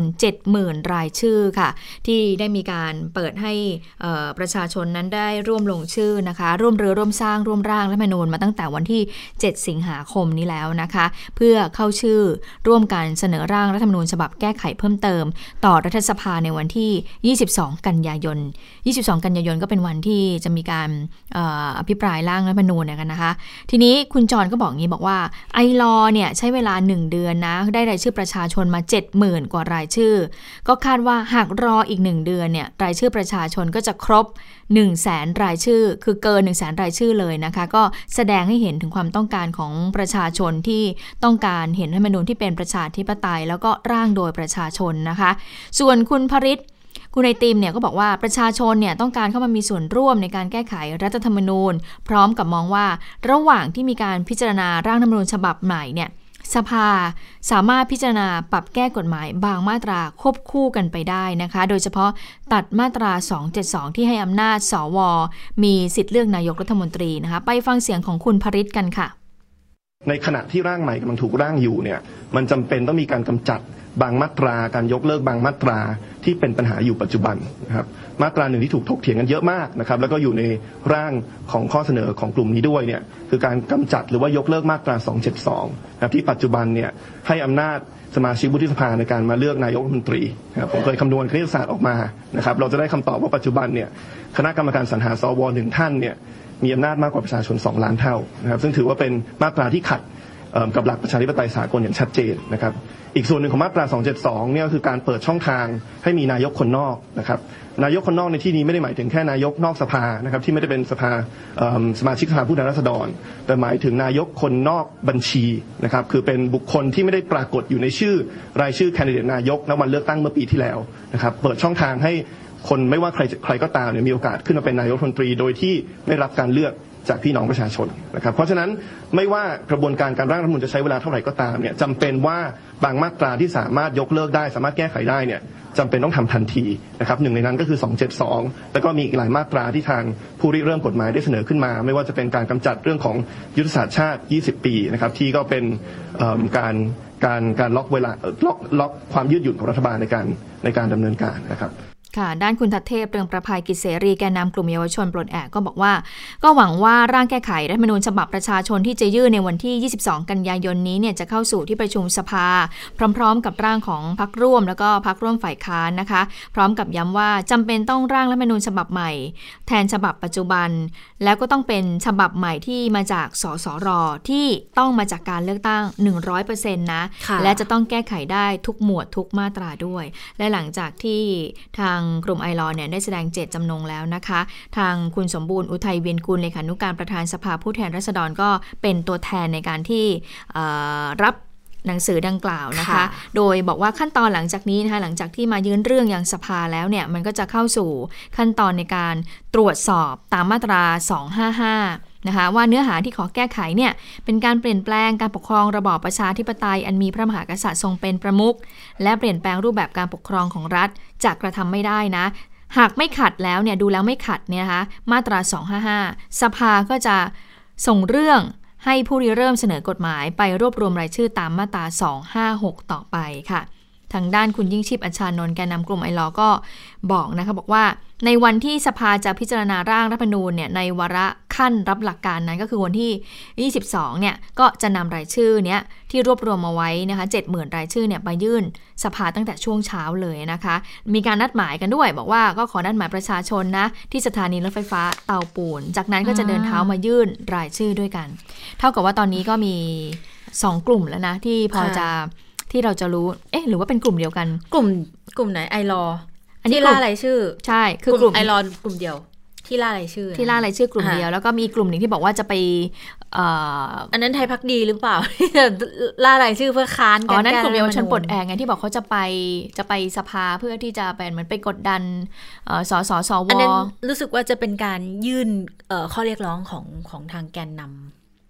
หมื่นรายชื่อค่ะที่ได้มีการเปิดให้ประชาชนนั้นได้ร่วมลงชื่อนะคะร่วมเรือร่วมสร้างร่วมร่างรัฐธรรมนูญมาตั้งแต่วันที่เจ็ดสิงหาคมนี้แล้วนะคะเพื่อเข้าชื่อร่วมกันเสนอร่างรัฐธรรมนูญฉบับแก้ไขเพิ่มเติมต่อรัฐสภาในวันที่ยี่สิบสองกันยายนยี่สิบสองกันยายนก็เป็นวันที่จะมีการเอ่ออภิปรายร่างรัฐธรรมนูญกันนะคะทีนี้คุณจรก็บอกงี้บอกว่าไอลอเนี่ยใช้เวลาหนึ่งเดือนนะได้รายชื่อประชาชนมา เจ็ดหมื่น กว่ารายชื่อก็คาดว่าหากรออีกหนึ่งเดือนเนี่ยรายชื่อประชาชนก็จะครบ หนึ่งแสน รายชื่อคือเกิน หนึ่งแสน รายชื่อเลยนะคะก็แสดงให้เห็นถึงความต้องการของประชาชนที่ต้องการเห็นรัฐธรรมนูญที่เป็นประชาธิปไตยแล้วก็ร่างโดยประชาชนนะคะส่วนคุณภริษคุณไอติมเนี่ยก็บอกว่าประชาชนเนี่ยต้องการเข้ามามีส่วนร่วมในการแก้ไขรัฐธรรมนูญพร้อมกับมองว่าระหว่างที่มีการพิจารณาร่างรัฐธรรมนูญฉบับใหม่เนี่ยสภาสามารถพิจารณาปรับแก้กฎหมายบางมาตราควบคู่กันไปได้นะคะโดยเฉพาะตัดมาตราสองเจ็ดสองที่ให้อำนาจสวมีสิทธิ์เลือกนายกรัฐมนตรีนะคะไปฟังเสียงของคุณภริษกันค่ะในขณะที่ร่างใหม่กำลังถูกร่างอยู่เนี่ยมันจำเป็นต้องมีการกำจัดบางมาตราการยกเลิกบางมาตราที่เป็นปัญหาอยู่ปัจจุบันนะครับมาตราหนึ่งที่ถูกถกเถียงกันเยอะมากนะครับแล้วก็อยู่ในร่างของข้อเสนอของกลุ่มนี้ด้วยเนี่ยคือการกำจัดหรือว่ายกเลิกมาตราสองเจ็ดสองนะครับที่ปัจจุบันเนี่ยให้อำนาจสมาชิกวุฒิสภาในการมาเลือกนายกรัฐมนตรีนะครับผมเคยคำนวณคณิตศาสตร์ออกมานะครับเราจะได้คำตอบว่าปัจจุบันเนี่ยคณะกรรมการสรรหาสวหนึ่งท่านเนี่ยมีอำนาจมากกว่าประชาชนสองล้านเท่านะครับซึ่งถือว่าเป็นมาตราที่ขัดกับหลักประชาธิปไตยสากลอย่างชัดเจนนะครับอีกส่วนหนึ่งของมาตราสองเจ็ดสองเนี่ยคือการเปิดช่องทางให้มีนายกคนนอกนะครับนายกคนนอกในที่นี้ไม่ได้หมายถึงแค่นายกนอกสภานะครับที่ไม่ได้เป็นสภาสมาชิกสภาผู้แทนราษฎรแต่หมายถึงนายกคนนอกบัญชีนะครับคือเป็นบุคคลที่ไม่ได้ปรากฏอยู่ในชื่อรายชื่อแคนดิเดตนายกณวันเลือกตั้งเมื่อปีที่แล้วนะครับเปิดช่องทางให้คนไม่ว่าใครใครก็ตามเนี่ยมีโอกาสขึ้นมาเป็นนายกรัฐมนตรีโดยที่ไม่รับการเลือกจากพี่น้องประชาชนนะครับเพราะฉะนั้นไม่ว่ากระบวนการการร่างรัฐธรรมนูญจะใช้เวลาเท่าไหร่ก็ตามเนี่ยจำเป็นว่าบางมาตราที่สามารถยกเลิกได้สามารถแก้ไขได้เนี่ยจำเป็นต้องทำทันทีนะครับหนึ่งในนั้นก็คือสองเจ็ดสองแล้วก็มีอีกหลายมาตราที่ทางผู้ริเริ่มกฎหมายได้เสนอขึ้นมาไม่ว่าจะเป็นการกำจัดเรื่องของยุทธศาสตร์ชาติยี่สิบปีนะครับที่ก็เป็นการการการล็อกเวลาล็อกล็อกความยืดหยุ่นของรัฐบาลในการในการดำเนินการนะครับค่ะด้านคุณทัศเทพเรืองประภัยกิจเสรีแกนนำกลุ่มเยาวชนปลดแอกก็บอกว่าก็หวังว่าร่างแก้ไขรัฐธรรมนูญฉบับประชาชนที่จะยื่นในวันที่ยี่สิบสองกันยายนนี้เนี่ยจะเข้าสู่ที่ประชุมสภาพร้อมๆกับร่างของพรรคร่วมแล้วก็พรรคร่วมฝ่ายค้านนะคะพร้อมกับย้ำว่าจำเป็นต้องร่างรัฐธรรมนูญฉบับใหม่แทนฉบับปัจจุบันแล้วก็ต้องเป็นฉบับใหม่ที่มาจากสสรที่ต้องมาจากการเลือกตั้ง หนึ่งร้อยเปอร์เซ็นต์ นะและจะต้องแก้ไขได้ทุกหมวดทุกมาตราด้วยและหลังจากที่ทางกลุ่มไอลอเนี่ยได้แสดงเจตจำนงแล้วนะคะทางคุณสมบูรณ์อุทัยเวียนกุลเลขานุการประธานสภาผู้แทนราษฎรก็เป็นตัวแทนในการที่รับหนังสือดังกล่าวนะคะโดยบอกว่าขั้นตอนหลังจากนี้นะคะหลังจากที่มายื่นเรื่องยังสภาแล้วเนี่ยมันก็จะเข้าสู่ขั้นตอนในการตรวจสอบตามมาตราสองห้าห้านะคะว่าเนื้อหาที่ขอแก้ไขเนี่ยเป็นการเปลี่ยนแปลงการปกครองระบอบประชาธิปไตยอันมีพระมหากษัตริย์ทรงเป็นประมุขและเปลี่ยนแปลงรูปแบบการปกครองของรัฐจะกระทำไม่ได้นะหากไม่ขัดแล้วเนี่ยดูแล้วไม่ขัดเนี่ยนะคะมาตราสองห้าห้าสภาก็จะส่งเรื่องให้ผู้ริเริ่มเสนอกฎหมายไปรวบรวมรายชื่อตามมาตราสองห้าหกต่อไปค่ะทางด้านคุณยิ่งชีพอัญชานนท์แกนนำกลุ่มไอลอก็บอกนะคะบอกว่าในวันที่สภาจะพิจารณาร่างรัฐธรรมนูญเนี่ยในวาระขั้นรับหลักการนั้นก็คือวันที่ยี่สิบสองเนี่ยก็จะนำรายชื่อเนี้ยที่รวบรวมมาไว้นะคะ เจ็ดหมื่น รายชื่อเนี่ยไปยื่นสภาตั้งแต่ช่วงเช้าเลยนะคะมีการนัดหมายกันด้วยบอกว่าก็ขอนัดหมายประชาชนนะที่สถานีรถไฟฟ้าเตาปูนจากนั้นก็จะเดินเท้ามายื่นรายชื่อด้วยกันเท่ากับว่าตอนนี้ก็มีสองกลุ่มแล้วนะที่พอจะที่เราจะรู้เอ๊ะหรือว่าเป็นกลุ่มเดียวกันกลุ่มกลุ่มไหนไอรออันนี้ล่ารายชื่อใช่คือกลุ่มไอรอกลุ่มเดียวที่ล่ารายชื่อที่ล่ารายชื่อกลุ่มเดียวแล้วก็มีกลุ่มหนึ่งที่บอกว่าจะไปเอ่ออันนั้นไทยพักดีหรือเปล่าที่จะล่ารายชื่อเพื่อค้านกันอ๋อนั่นกลุ่มเยาวชนปลดแอกไงที่บอกเขาจะไปจะไปสภาเพื่อที่จะเป็นเหมือนไปกดดันเอ่อสสสวอันนั้นรู้สึกว่าจะเป็นการยื่นเอ่อข้อเรียกร้องของของทางแกนนำ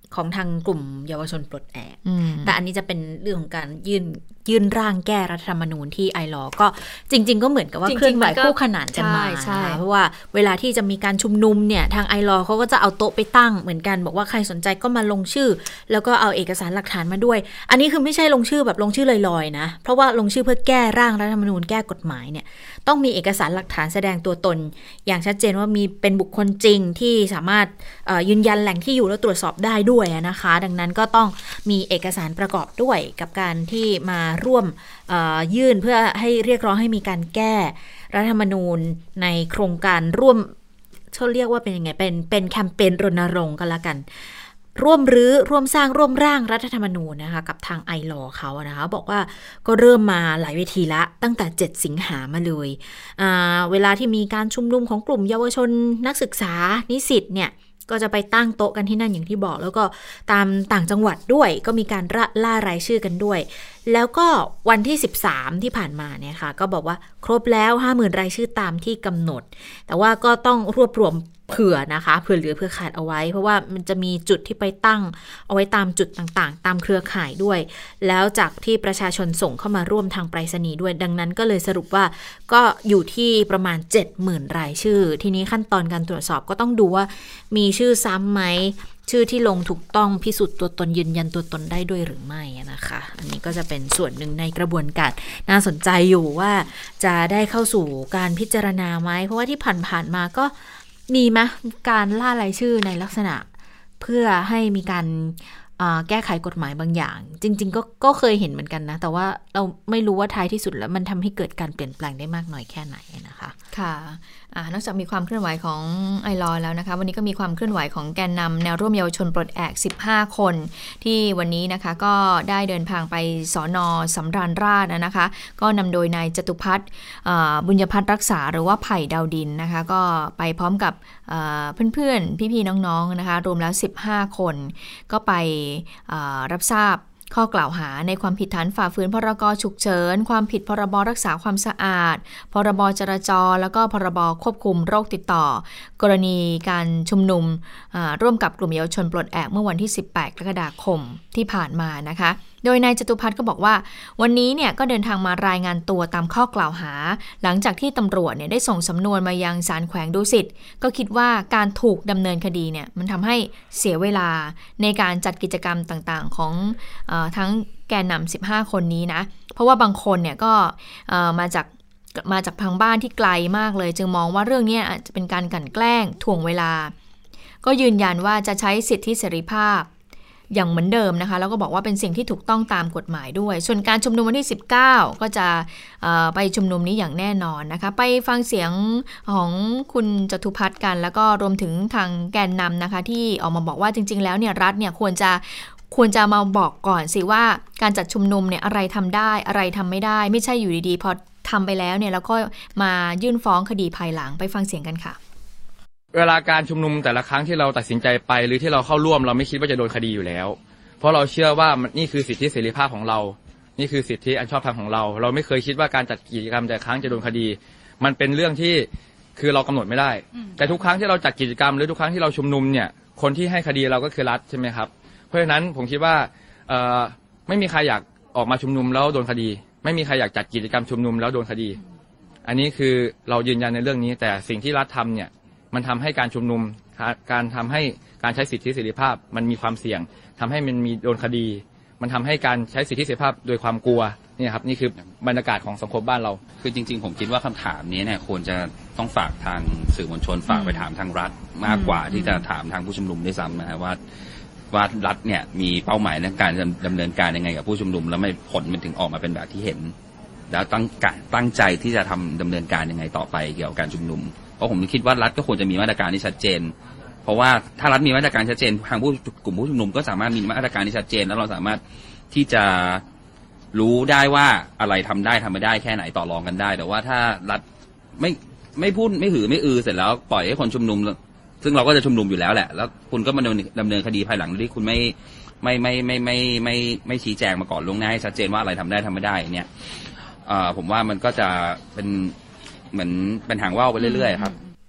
ของทางกลุ่มเยาวชนปลดแอกแต่อันนี้จะเป็นเรื่องของการยื่นยื่นร่างแก้รัฐธรรมนูญที่ไอลอก็จริงๆก็เหมือนกับว่าเคลื่อนไหวคู่ขนานกันมาเพราะว่าเวลาที่จะมีการชุมนุมเนี่ยทางไอลอเขาก็จะเอาโต๊ะไปตั้งเหมือนกันบอกว่าใครสนใจก็มาลงชื่อแล้วก็เอาเอกสารหลักฐานมาด้วยอันนี้คือไม่ใช่ลงชื่อแบบลงชื่อลอยๆนะเพราะว่าลงชื่อเพื่อแก้ร่างรัฐธรรมนูญแก้กฎหมายเนี่ยต้องมีเอกสารหลักฐานแสดงตัวตนอย่างชัดเจนว่ามีเป็นบุคคลจริงที่สามารถยืนยันแหล่งที่อยู่และตรวจสอบได้ด้วยนะคะดังนั้นก็ต้องมีเอกสารประกอบด้วยกับการที่มาร่วมยื่นเพื่อให้เรียกร้องให้มีการแก้รัฐธรรมนูญในโครงการร่วมเขาเรียกว่าเป็นยังไงเป็นเป็นแคมเปญรณรงค์กันละกันร่วมรื้อร่วมสร้างร่วมร่างรัฐธรรมนูญนะคะกับทางไอลอเขานะคะบอกว่าก็เริ่มมาหลายเวทีละตั้งแต่เจ็ดสิงหามาเลยเวลาที่มีการชุมนุมของกลุ่มเยาวชนนักศึกษานิสิตเนี่ยก็จะไปตั้งโต๊ะกันที่นั่นอย่างที่บอกแล้วก็ตามต่างจังหวัดด้วยก็มีการล่ารายชื่อกันด้วยแล้วก็วันที่สิบสามที่ผ่านมาเนี่ยค่ะก็บอกว่าครบแล้ว ห้าหมื่น รายชื่อตามที่กำหนดแต่ว่าก็ต้องรวบรวมเผื่อนะคะเผื่อเหลือเผื่อขาดเอาไว้เพราะว่ามันจะมีจุดที่ไปตั้งเอาไว้ตามจุดต่างๆตามเครือข่ายด้วยแล้วจากที่ประชาชนส่งเข้ามาร่วมทางไปรษณีย์ด้วยดังนั้นก็เลยสรุปว่าก็อยู่ที่ประมาณ เจ็ดหมื่น รายชื่อทีนี้ขั้นตอนการตรวจสอบก็ต้องดูว่ามีชื่อซ้ำไหมชื่อที่ลงถูกต้องพิสูจน์ตัวตนยืนยันตัวตนได้ด้วยหรือไม่นะคะอันนี้ก็จะเป็นส่วนหนึ่งในกระบวนการน่าสนใจอยู่ว่าจะได้เข้าสู่การพิจารณาไหมเพราะว่าที่ผ่านๆมาก็มีไหมการล่ารายชื่อในลักษณะเพื่อให้มีการแก้ไขกฎหมายบางอย่างจริงๆก็ก็เคยเห็นเหมือนกันนะแต่ว่าเราไม่รู้ว่าท้ายที่สุดแล้วมันทำให้เกิดการเปลี่ยนแปลงได้มากน้อยแค่ไหนนะคะค่ะนอกจากมีความเคลื่อนไหวของไอลอแล้วนะคะวันนี้ก็มีความเคลื่อนไหวของแกนนำแนวร่วมเยาวชนปลดแอกสิบห้าคนที่วันนี้นะคะก็ได้เดินทางไปสน.สำราญราษฎร์นะคะก็นำโดยนายจตุพัฒน์บุญญพัฒน์รักษาหรือว่าไผ่ดาวดินนะคะก็ไปพร้อมกับเพื่อนๆพี่ๆน้องๆนะคะรวมแล้วสิบห้าคนก็ไปรับทราบข้อกล่าวหาในความผิดฐานฝ่าฝืนพรกฉุกเฉินความผิดพรบรักษาความสะอาดพรบจราจรแล้วก็พรบควบคุมโรคติดต่อกรณีการชุมนุมร่วมกับกลุ่มเยาวชนปลดแอกเมื่อวันที่สิบแปดกรกฎาคมที่ผ่านมานะคะโดยนายจตุพัฒน์ก็บอกว่าวันนี้เนี่ยก็เดินทางมารายงานตัวตามข้อกล่าวหาหลังจากที่ตำรวจเนี่ยได้ส่งสำนวนมายังศาลแขวงดุสิตก็คิดว่าการถูกดำเนินคดีเนี่ยมันทำให้เสียเวลาในการจัดกิจกรรมต่างๆของเอ่อทั้งแกนนำสิบห้าคนนี้นะเพราะว่าบางคนเนี่ยก็เอ่อมาจากมาจากทางบ้านที่ไกลมากเลยจึงมองว่าเรื่องนี้อาจจะเป็นการกลั่นแกล้งถ่วงเวลาก็ยืนยันว่าจะใช้สิทธิเสรีภาพอย่างเหมือนเดิมนะคะแล้วก็บอกว่าเป็นสิ่งที่ถูกต้องตามกฎหมายด้วยส่วนการชุมนุมวันที่สิบเก้าก็จะไปชุมนุมนี้อย่างแน่นอนนะคะไปฟังเสียงของคุณจตุพัฒน์กันแล้วก็รวมถึงทางแกนนำนะคะที่ออกมาบอกว่าจริงๆแล้วเนี่ยรัฐเนี่ยควรจะควรจะมาบอกก่อนสิว่าการจัดชุมนุมเนี่ยอะไรทำได้อะไรทำไม่ได้ไม่ใช่อยู่ดีๆพอทำไปแล้วเนี่ยแล้วก็มายื่นฟ้องคดีภายหลังไปฟังเสียงกันค่ะเวลาการชุมนุมแต่ละครั้งที่เราตัดสินใจไปหรือที่เราเข้าร่วมเราไม่คิดว่าจะโดนคดีอยู่แล้วเพราะเราเชื่อว่านี่คือสิทธิเสรีภาพของเรานี่คือสิทธิอันชอบธรรมของเราเราไม่เคยคิดว่าการจัดกิจกรรมแต่ละครั้งจะโดนคดีมันเป็นเรื่องที่คือเรากำหนดไม่ได้แต่ทุกครั้งที่เราจัดกิจกรรมหรือทุกครั้งที่เราชุมนุมเนี่ยคนที่ให้คดีเราก็คือรัฐใช่ไหมครับเพราะฉะนั้นผมคิดว่าเอ่อไม่มีใครอยากออกมาชุมนุมแล้วโดนคดีไม่มีใครอยากจัดกิจกรรมชุมนุมแล้วโดนคดีอันนี้คือเรายืนยันในเรื่องนี้แต่สิ่งที่รัฐทำเนี่ยมันทำให้การชุมนุมการทำให้การใช้สิทธิเสรีภาพมันมีความเสี่ยงทำให้มันมีโดนคดีมันทำให้การใช้สิทธิเสรีภาพโดยความกลัวนี่ครับนี่คือบรรยากาศของสังคมบ้านเราคือจริงๆผมคิดว่าคำถามนี้เนี่ยควรจะต้องฝากทางสื่อมวลชนฝากไปถามทางรัฐมากกว่าที่จะถามทางผู้ชุมนุมด้วยซ้ำนะฮะว่าว่ารัฐเนี่ยมีเป้าหมายในการดำเนินการยังไงกับผู้ชุมนุมแล้วไม่ผลมันถึงออกมาเป็นแบบที่เห็นแล้วตั้งตั้งใจที่จะทำดำเนินการยังไงต่อไปเกี่ยวกับการชุมนุมเพราะผมคิดว่ารัฐก็ควรจะมีมาตรการที่ชัดเจนเพราะว่าถ้ารัฐมีมาตรการชัดเจนทางผู้กลุ่มผู้ชุมนุมก็สามารถมีมาตรการที่ชัดเจนแล้วเราสามารถที่จะรู้ได้ว่าอะไรทำได้ทำไม่ได้แค่ไหนต่อรองกันได้แต่ว่าถ้ารัฐไม่ไม่พูดไม่หือไม่อือเสร็จแล้วปล่อยให้คนชุมนุมซึ่งเราก็จะชุมนุมอยู่แล้วแหละแล้วคุณก็มาดำเนินคดีภายหลังที่คุณไม่ไม่ไม่ไม่ไม่ไม่ไม่ชี้แจงมาก่อนล่วงหน้าให้ชัดเจนว่าอะไรทำได้ทำไม่ได้เนี่ยผมว่ามันก็จะเป็นเหมือนเป็นหางว่าวไปเรื่อยๆครับ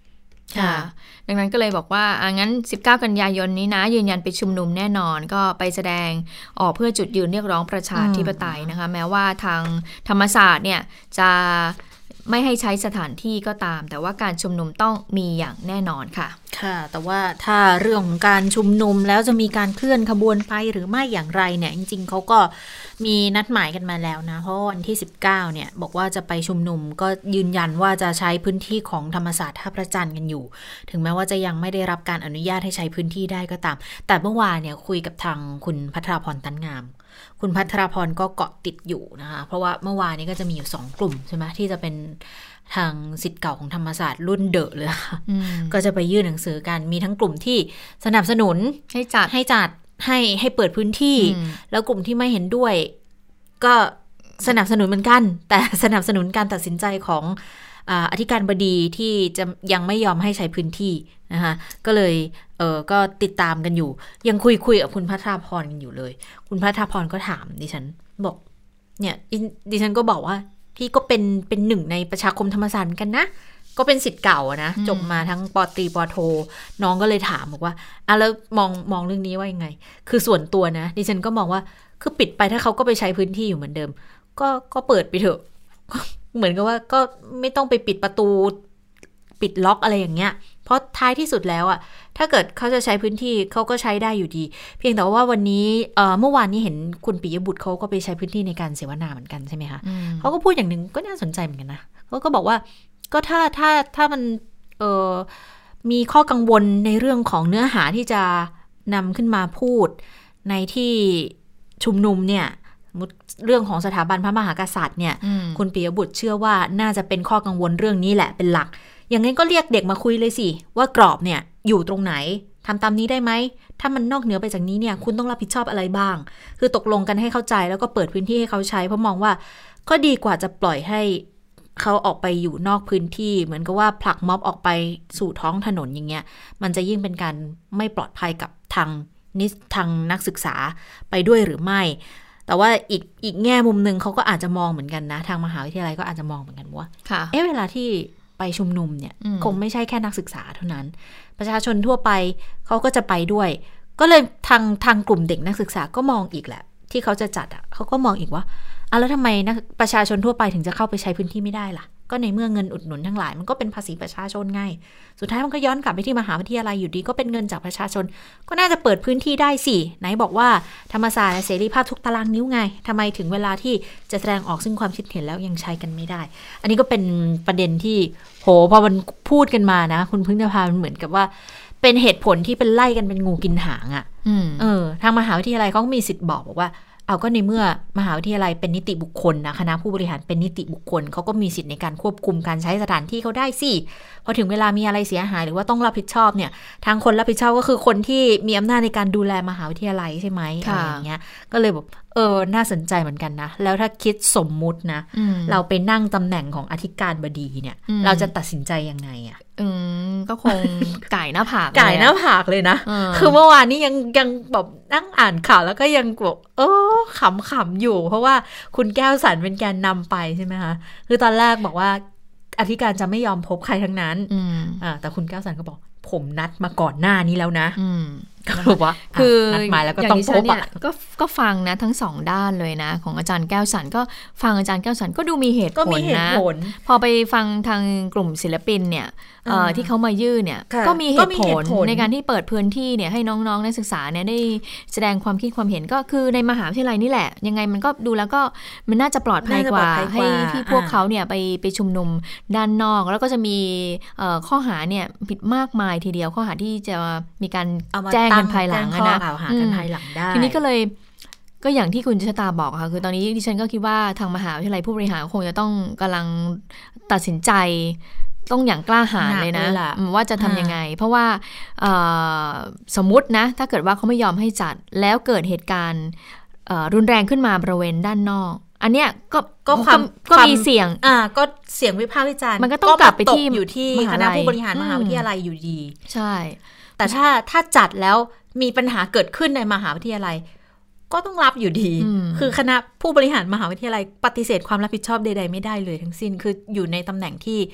ค่ะดังนั้นก็เลยบอกว่าอ่ะงั้นสิบเก้ากันยายนนี้นะยืนยันไปชุมนุมแน่นอนก็ไปแสดงออกเพื่อจุดยืนเรียกร้องประชาธิปไตยนะคะแม้ว่าทางธรรมศาสตร์เนี่ยจะไม่ให้ใช้สถานที่ก็ตามแต่ว่าการชุมนุมต้องมีอย่างแน่นอนค่ะค่ะแต่ว่าถ้าเรื่องของการชุมนุมแล้วจะมีการเคลื่อนขบวนไปหรือไม่อย่างไรเนี่ยจริงๆเขาก็มีนัดหมายกันมาแล้วนะเพราะวันที่สิบเก้าเนี่ยบอกว่าจะไปชุมนุมก็ยืนยันว่าจะใช้พื้นที่ของธรรมศาสตร์ท่าพระจันทร์กันอยู่ถึงแม้ว่าจะยังไม่ได้รับการอนุญาตให้ใช้พื้นที่ได้ก็ตามแต่เมื่อวานเนี่ยคุยกับทางคุณภัทราพรตันงามคุณภัทราพรก็เกาะติดอยู่นะคะเพราะว่าเมื่อวานนี้ก็จะมีอยู่สองกลุ่มใช่ไหมที่จะเป็นทางศิษย์เก่าของธรรมศาสตร์รุ่นเดอะเลยค่ะก็จะไปยื่นหนังสือกันมีทั้งกลุ่มที่สนับสนุนให้จัดให้จัดให้ให้เปิดพื้นที่แล้วกลุ่มที่ไม่เห็นด้วยก็สนับสนุนเหมือนกันแต่สนับสนุนการตัดสินใจของอธิการบดีที่จะยังไม่ยอมให้ใช้พื้นที่นะคะก็เลยเออก็ติดตามกันอยู่ยังคุยคุยกับคุณภัทราพรกันอยู่เลยคุณภัทราพรก็ถามดิฉันบอกเนี่ยดิฉันก็บอกว่าพี่ก็เป็นเป็นหนึ่งในประชาคมธรรมศาสตร์กันนะก็เป็นศิษย์เก่านะจบมาทั้งป.ตรีป.โทน้องก็เลยถามบอกว่าอ่ะแล้วมองมองเรื่องนี้ว่ายังไงคือส่วนตัวนะดิฉันก็มองว่าคือปิดไปถ้าเขาก็ไปใช้พื้นที่อยู่เหมือนเดิมก็ก็เปิดไปเถอะเหมือนกับว่าก็ไม่ต้องไปปิดประตูปิดล็อกอะไรอย่างเงี้ยเพราะท้ายที่สุดแล้วอ่ะถ้าเกิดเขาจะใช้พื้นที่เขาก็ใช้ได้อยู่ดีเพียงแต่ว่าวันนี้เอ่อเมื่อวานนี้เห็นคุณปิยบุตรเขาก็ไปใช้พื้นที่ในการเสวนาเหมือนกันใช่ไหมคะเขาก็พูดอย่างนึงก็น่าสนใจเหมือนกันนะเขาก็บอกว่าก็ถ้าถ้าถ้ามันเอ่อมีข้อกังวลในเรื่องของเนื้อหาที่จะนำขึ้นมาพูดในที่ชุมนุมเนี่ยเรื่องของสถาบันพระมหากษัตริย์เนี่ยคุณปิยบุตรเชื่อว่าน่าจะเป็นข้อกังวลเรื่องนี้แหละเป็นหลักอย่างงั้นก็เรียกเด็กมาคุยเลยสิว่ากรอบเนี่ยอยู่ตรงไหนทำตามนี้ได้ไหมถ้ามันนอกเหนือไปจากนี้เนี่ยคุณต้องรับผิดชอบอะไรบ้างคือตกลงกันให้เข้าใจแล้วก็เปิดพื้นที่ให้เขาใช้เพราะมองว่าก็ดีกว่าจะปล่อยให้เขาออกไปอยู่นอกพื้นที่เหมือนกับว่าผลักม็อบออกไปสู่ท้องถนนอย่างเงี้ยมันจะยิ่งเป็นการไม่ปลอดภัยกับทางนิสทางนักศึกษาไปด้วยหรือไม่แต่ว่าอีกอีกแง่มุมนึงเขาก็อาจจะมองเหมือนกันนะทางมหาวิทยาลัยก็อาจจะมองเหมือนกันว่าเอ๊ะเวลาที่ไปชุมนุมเนี่ยคงไม่ใช่แค่นักศึกษาเท่านั้นประชาชนทั่วไปเขาก็จะไปด้วยก็เลยทางทางกลุ่มเด็กนักศึกษาก็มองอีกแหละที่เขาจะจัดอ่ะเขาก็มองอีกว่าอ่ะแล้วทำไมนักประชาชนทั่วไปถึงจะเข้าไปใช้พื้นที่ไม่ได้ล่ะก็ในเมื่อเงินอุดหนุนทั้งหลายมันก็เป็นภาษีประชาชนไงสุดท้ายมันก็ย้อนกลับไปที่มหาวิทยาลัยอยู่ดีก็เป็นเงินจากประชาชนก็น่าจะเปิดพื้นที่ได้สิไหนบอกว่าธรรมศาสตร์เสรีภาพทุกตารางนิ้วไงทำไมถึงเวลาที่จะแสดงออกซึ่งความคิดเห็นแล้วยังใช้กันไม่ได้อันนี้ก็เป็นประเด็นที่โหพอมันพูดกันมานะคุณพึ่งนภามันเหมือนกับว่าเป็นเหตุผลที่เป็นไล่กันเป็นงูกินหางอ่ะเออทางมหาวิทยาลัยเขาก็มีสิทธิ์บอกบอกว่าเอาก็ในเมื่อมหาวิทยาลัยเป็นนิติบุคคลนะคณะผู้บริหารเป็นนิติบุคคลเขาก็มีสิทธิ์ในการควบคุมการใช้สถานที่เขาได้สิพอถึงเวลามีอะไรเสียหายหรือว่าต้องรับผิดชอบเนี่ยทางคนรับผิดชอบก็คือคนที่มีอำนาจในการดูแลมหาวิทยาลัยใช่ไหมอะไรอย่างเงี้ยก็เลยแบบเออน่าสนใจเหมือนกันนะแล้วถ้าคิดสมมุตินะเราไปนั่งตำแหน่งของอธิการบดีเนี่ยเราจะตัดสินใจยังไงอ่ะอืมก็คงไก่หน้าผากไก่หน้าผากเลยนะคือเมื่อวานนี้ยังยังแบบนั่งอ่านข่าวแล้วก็ยังแบบเออขำๆอยู่เพราะว่าคุณแก้วสันเป็นแกนนำไปใช่ไหมคะคือตอนแรกบอกว่าอธิการจะไม่ยอมพบใครทั้งนั้นอ่าแต่คุณแก้วสันก็บอกผมนัดมาก่อนหน้านี้แล้วนะก็คือว่าคือนัดหมายแล้วก็ต้องพบอ่ะก็ก็ฟังนะทั้งสองด้านเลยนะของอาจารย์แก้วสันก็ฟังอาจารย์แก้วสันก็ดูมีเหตุผลนะพอไปฟังทางกลุ่มศิลปินเนี่ยที่เขามายื่นเนี่ยก็มีเหตุผลในการที่เปิดพื้นที่เนี่ยให้น้องๆนักศึกษาเนี่ยได้แสดงความคิดความเห็นก็คือในมหาวิทยาลัยนี่แหละยังไงมันก็ดูแล้วก็มันน่าจะปลอดภัยกว่าให้ที่พวกเขาเนี่ยไปไปชุมนุมด้านนอกแล้วก็จะมีข้อหาเนี่ยผิดมากมายทีเดียวข้อหาที่จะมีการแจ้งกันภายหลังนะทีนี้ก็เลยก็อย่างที่คุณชะตาบอกค่ะคือตอนนี้ดิฉันก็คิดว่าทางมหาวิทยาลัยผู้บริหารคงจะต้องกำลังตัดสินใจต้องอย่างกล้าหาญเลยนะว่าจะทำยังไงเพราะว่าสมมุตินะถ้าเกิดว่าเขาไม่ยอมให้จัดแล้วเกิดเหตุการณ์รุนแรงขึ้นมาบริเวณด้านนอกอันเนี้ยก็ก็ความก็มีเสียงอ่าก็เสียงวิพากษ์วิจารณ์มันก็ต้องกลับไปที่อยู่ที่คณะผู้บริหารมหาวิทยาลัยอยู่ดีใช่แต่ถ้าถ้าจัดแล้วมีปัญหาเกิดขึ้นในมหาวิทยาลัยก็ต้องรับอยู่ดีคือคณะผู้บริหารมหาวิทยาลัยปฏิเสธความรับผิดชอบใดๆไม่ได้เลยทั้งสิ้นคืออยู่ในตำแหน่งที่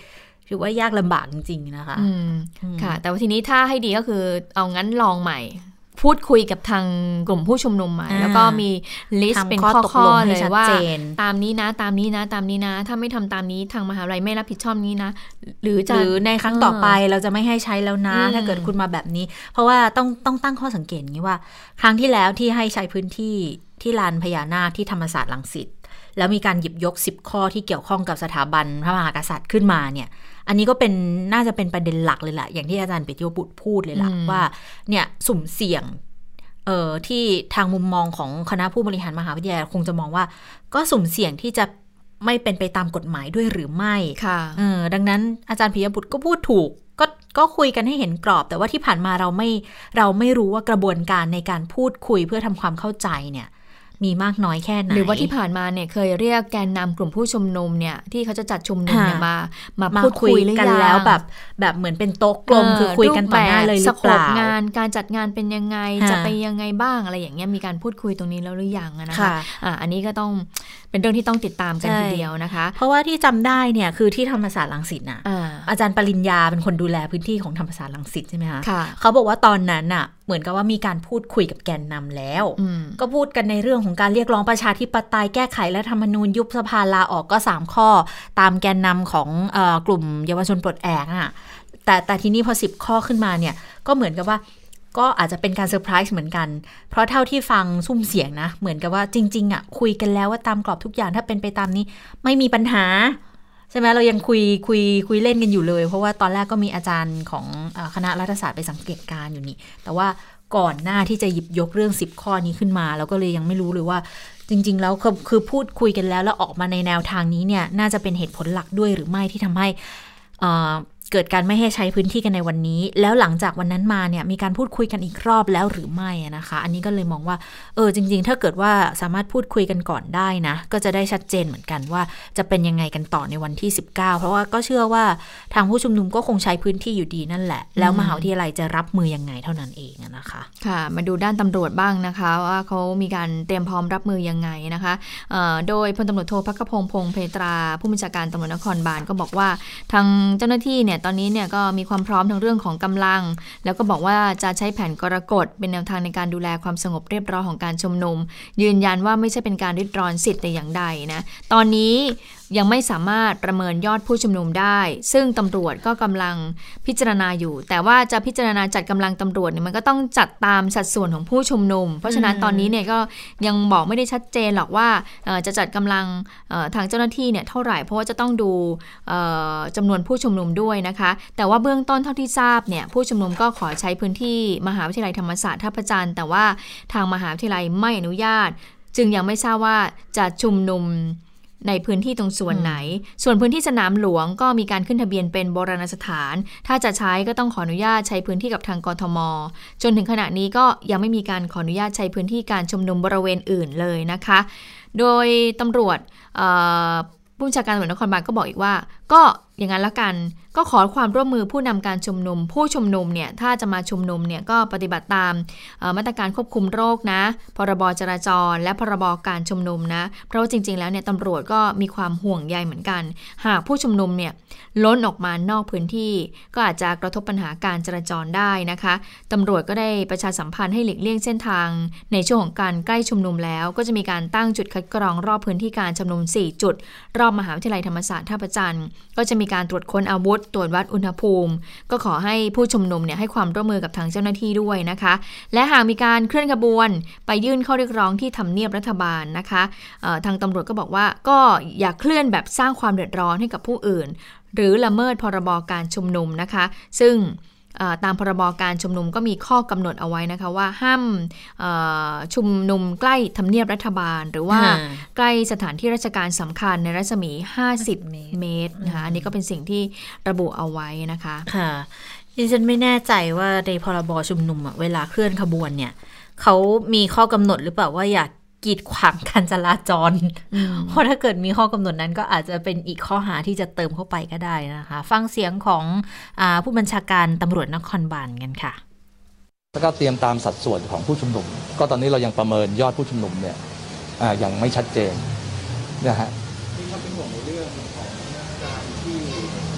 ถือว่ายากลำบากจริงๆนะคะค่ะแต่ว่าทีนี้ถ้าให้ดีก็คือเอางั้นลองใหม่พูดคุยกับทางกลุ่มผู้ชุมนุมใหม่แล้วก็มีลิสต์เป็นข้อๆเลยว่าตามนี้นะตามนี้นะตามนี้นะถ้าไม่ทำตามนี้ทางมหาวิทยาลัยไม่รับผิดชอบนี้นะหรือจะหรือในครั้งต่อไปเราจะไม่ให้ใช้แล้วนะถ้าเกิดคุณมาแบบนี้เพราะว่าต้องต้องตั้งข้อสังเกตอย่างนี้ว่าครั้งที่แล้วที่ให้ใช้พื้นที่ที่ลานพญานาคที่ธรรมศาสตร์รังสิตแล้วมีการหยิบยกสิบข้อที่เกี่ยวข้องกับสถาบันพระมหากษัตริย์ขึ้นมาเนี่ยอันนี้ก็เป็นน่าจะเป็นประเด็นหลักเลยแหละอย่างที่อาจารย์ปิยบุตรพูดเลยล่ะว่าเนี่ยสุ่มเสี่ยงเอ่อที่ทางมุมมองของคณะผู้บริหารมหาวิทยาลัยคงจะมองว่าก็สุ่มเสี่ยงที่จะไม่เป็นไปตามกฎหมายด้วยหรือไม่ค่ะเออดังนั้นอาจารย์ปิยบุตรก็พูดถูกก็ก็คุยกันให้เห็นกรอบแต่ว่าที่ผ่านมาเราไม่เราไม่รู้ว่ากระบวนการในการพูดคุยเพื่อทำความเข้าใจเนี่ยมีมากน้อยแค่ไหนหรือว่าที่ผ่านมาเนี่ยเคยเรียกแกนนำกลุ่มผู้ชุมนุมเนี่ยที่เขาจะจัดชุมนุมเนี่ยมามาพูดคุยกันแล้วแบบแบบเหมือนเป็นโต๊ะกลมคือคุยกันต่อหน้าเลยหรือเปล่างานการจัดงานเป็นยังไงจะไปยังไงบ้างอะไรอย่างเงี้ยมีการพูดคุยตรงนี้แล้วหรือยังนะคะอ่าอันนี้ก็ต้องเป็นเรื่องที่ต้องติดตามกันทีเดียวนะคะเพราะว่าที่จำได้เนี่ยคือที่ธรรมศาสตร์รังสิตน่ะอาจารย์ปริญญาเป็นคนดูแลพื้นที่ของธรรมศาสตร์รังสิตใช่ไหมคะเขาบอกว่าตอนนั้นน่ะเหมือนกับว่ามีการพูดคุยกับแกนนำแล้วก็พูดกันในเรื่องของการเรียกร้องประชาธิปไตยแก้ไขรัฐธรรมนูญยุบสภาลาออกก็สามข้อตามแกนนำของเอ่อกลุ่มเยาวชนปลดแอกอ่ะแต่แต่ทีนี้พอสิบข้อขึ้นมาเนี่ยก็เหมือนกับว่าก็อาจจะเป็นการเซอร์ไพรส์เหมือนกันเพราะเท่าที่ฟังซุ่มเสียงนะเหมือนกับว่าจริงๆอ่ะคุยกันแล้วว่าตามกรอบทุกอย่างถ้าเป็นไปตามนี้ไม่มีปัญหาใช่ไหมเรายังคุยคุยคุยเล่นกันอยู่เลยเพราะว่าตอนแรกก็มีอาจารย์ของคณะรัฐศาสตร์ไปสังเกตการอยู่นี่แต่ว่าก่อนหน้าที่จะหยิบยกเรื่องสิบข้อนี้ขึ้นมาเราก็เลยยังไม่รู้เลยว่าจริงๆแล้วคือคือพูดคุยกันแล้วแล้วออกมาในแนวทางนี้เนี่ยน่าจะเป็นเหตุผลหลักด้วยหรือไม่ที่ทำให้เกิดการไม่ให้ใช้พื้นที่กันในวันนี้แล้วหลังจากวันนั้นมาเนี่ยมีการพูดคุยกันอีกรอบแล้วหรือไม่นะคะอันนี้ก็เลยมองว่าเออจริงๆถ้าเกิดว่าสามารถพูดคุยกันก่อนได้นะก็จะได้ชัดเจนเหมือนกันว่าจะเป็นยังไงกันต่อในวันที่สิบเก้าเพราะว่าก็เชื่อว่าทางผู้ชุมนุมก็คงใช้พื้นที่อยู่ดีนั่นแหละแล้วมหาวิทยาลัยจะรับมือยังไงเท่านั้นเองนะคะค่ะมาดูด้านตำรวจบ้างนะคะว่าเขามีการเตรียมพร้อมรับมือยังไงนะคะโดยพลตำรวจโทภัคพงษ์พงษ์เพตราผู้บัญชาการตำรวจนครบาลก็บอกว่าทางเจ้าหน้าที่เนี่ยตอนนี้เนี่ยก็มีความพร้อมทั้งเรื่องของกำลังแล้วก็บอกว่าจะใช้แผนกรกฎเป็นแนวทางในการดูแลความสงบเรียบร้อยของการชุมนุมยืนยันว่าไม่ใช่เป็นการริดรอนสิทธิ์แต่อย่างใดนะตอนนี้ยังไม่สามารถประเมินยอดผู้ชุมนุมได้ซึ่งตำรวจก็กำลังพิจารณาอยู่แต่ว่าจะพิจารณาจัดกำลังตำรวจเนี่ยมันก็ต้องจัดตามสัดส่วนของผู้ชุมนุมเพราะฉะนั้นตอนนี้เนี่ยก็ยังบอกไม่ได้ชัดเจนหรอกว่าจะจัดกำลังทางเจ้าหน้าที่เนี่ยเท่าไหร่เพราะว่าจะต้องดูจำนวนผู้ชุมนุมด้วยนะคะแต่ว่าเบื้องต้นเท่าที่ทราบเนี่ยผู้ชุมนุมก็ขอใช้พื้นที่มหาวิทยาลัยธรรมศาสตร์ท่าพระจันทร์แต่ว่าทางมหาวิทยาลัยไม่อนุญาตจึงยังไม่ทราบว่าจะชุมนุมในพื้นที่ตรงส่วนไหนส่วนพื้นที่สนามหลวงก็มีการขึ้นทะเบียนเป็นโบราณสถานถ้าจะใช้ก็ต้องขออนุญาตใช้พื้นที่กับทางกทม.จนถึงขณะนี้ก็ยังไม่มีการขออนุญาตใช้พื้นที่การชุมนุมบริเวณอื่นเลยนะคะโดยตำรวจผู้บัญชาการตำรวจนครบาลก็บอกอีกว่าก็อย่างนั้นละกันก็ขอความร่วมมือผู้นำการชุมนุมผู้ชุมนุมเนี่ยถ้าจะมาชุมนุมเนี่ยก็ปฏิบัติตามมาตรการควบคุมโรคนะพรบจราจรและพรบการชุมนุมนะเพราะว่าจริงๆแล้วเนี่ยตำรวจก็มีความห่วงใยเหมือนกันหากผู้ชุมนุมเนี่ยล้นออกมานอกพื้นที่ก็อาจจะกระทบปัญหาการจราจรได้นะคะตำรวจก็ได้ประชาสัมพันธ์ให้หลีกเลี่ยงเส้นทางในช่วงของการใกล้ชุมนุมแล้วก็จะมีการตั้งจุดคัดกรองรอบพื้นที่การชุมนุมสี่จุดรอบมหาวิทยาลัยธรรมศาสตร์ท่าพระจันทร์ก็จะมีการตรวจค้นอาวุธตรวจวัดอุณหภูมิก็ขอให้ผู้ชุมนุมเนี่ยให้ความร่วมมือกับทางเจ้าหน้าที่ด้วยนะคะและหากมีการเคลื่อนขบวนไปยื่นข้อเรียกร้องที่ทำเนียบรัฐบาลนะคะทางตำรวจก็บอกว่าก็อย่าเคลื่อนแบบสร้างความเดือดร้อนให้กับผู้อื่นหรือละเมิดพรบการชุมนุมนะคะซึ่งตามพรบการชุมนุมก็มีข้อกำหนดเอาไว้นะคะว่าห้ามชุมนุมใกล้ทำเนียบรัฐบาลหรือว่าใกล้สถานที่ราชการสำคัญในรัศมีห้าสิบเมตรนะคะอันนี้ก็เป็นสิ่งที่ระบุเอาไว้นะคะค่ะดิฉันไม่แน่ใจว่าในพรบชุมนุมเวลาเคลื่อนขบวนเนี่ยเขามีข้อกำหนดหรือเปล่าว่าอยากกีดขวางการจราจรเพราะถ้าเกิดมีข้อกำหนดนั้นก็อาจจะเป็นอีกข้อหาที่จะเติมเข้าไปก็ได้นะคะฟังเสียงของอ่าผู้บัญชาการตำรวจนครบาลกันค่ะแล้วก็เตรียมตามสัดส่วนของผู้ชุมนุมก็ตอนนี้เรายังประเมินยอดผู้ชุมนุมเนี่ยอ่ายังไม่ชัดเจนนะฮะที่เขาเป็นห่วงในเรื่องของการที่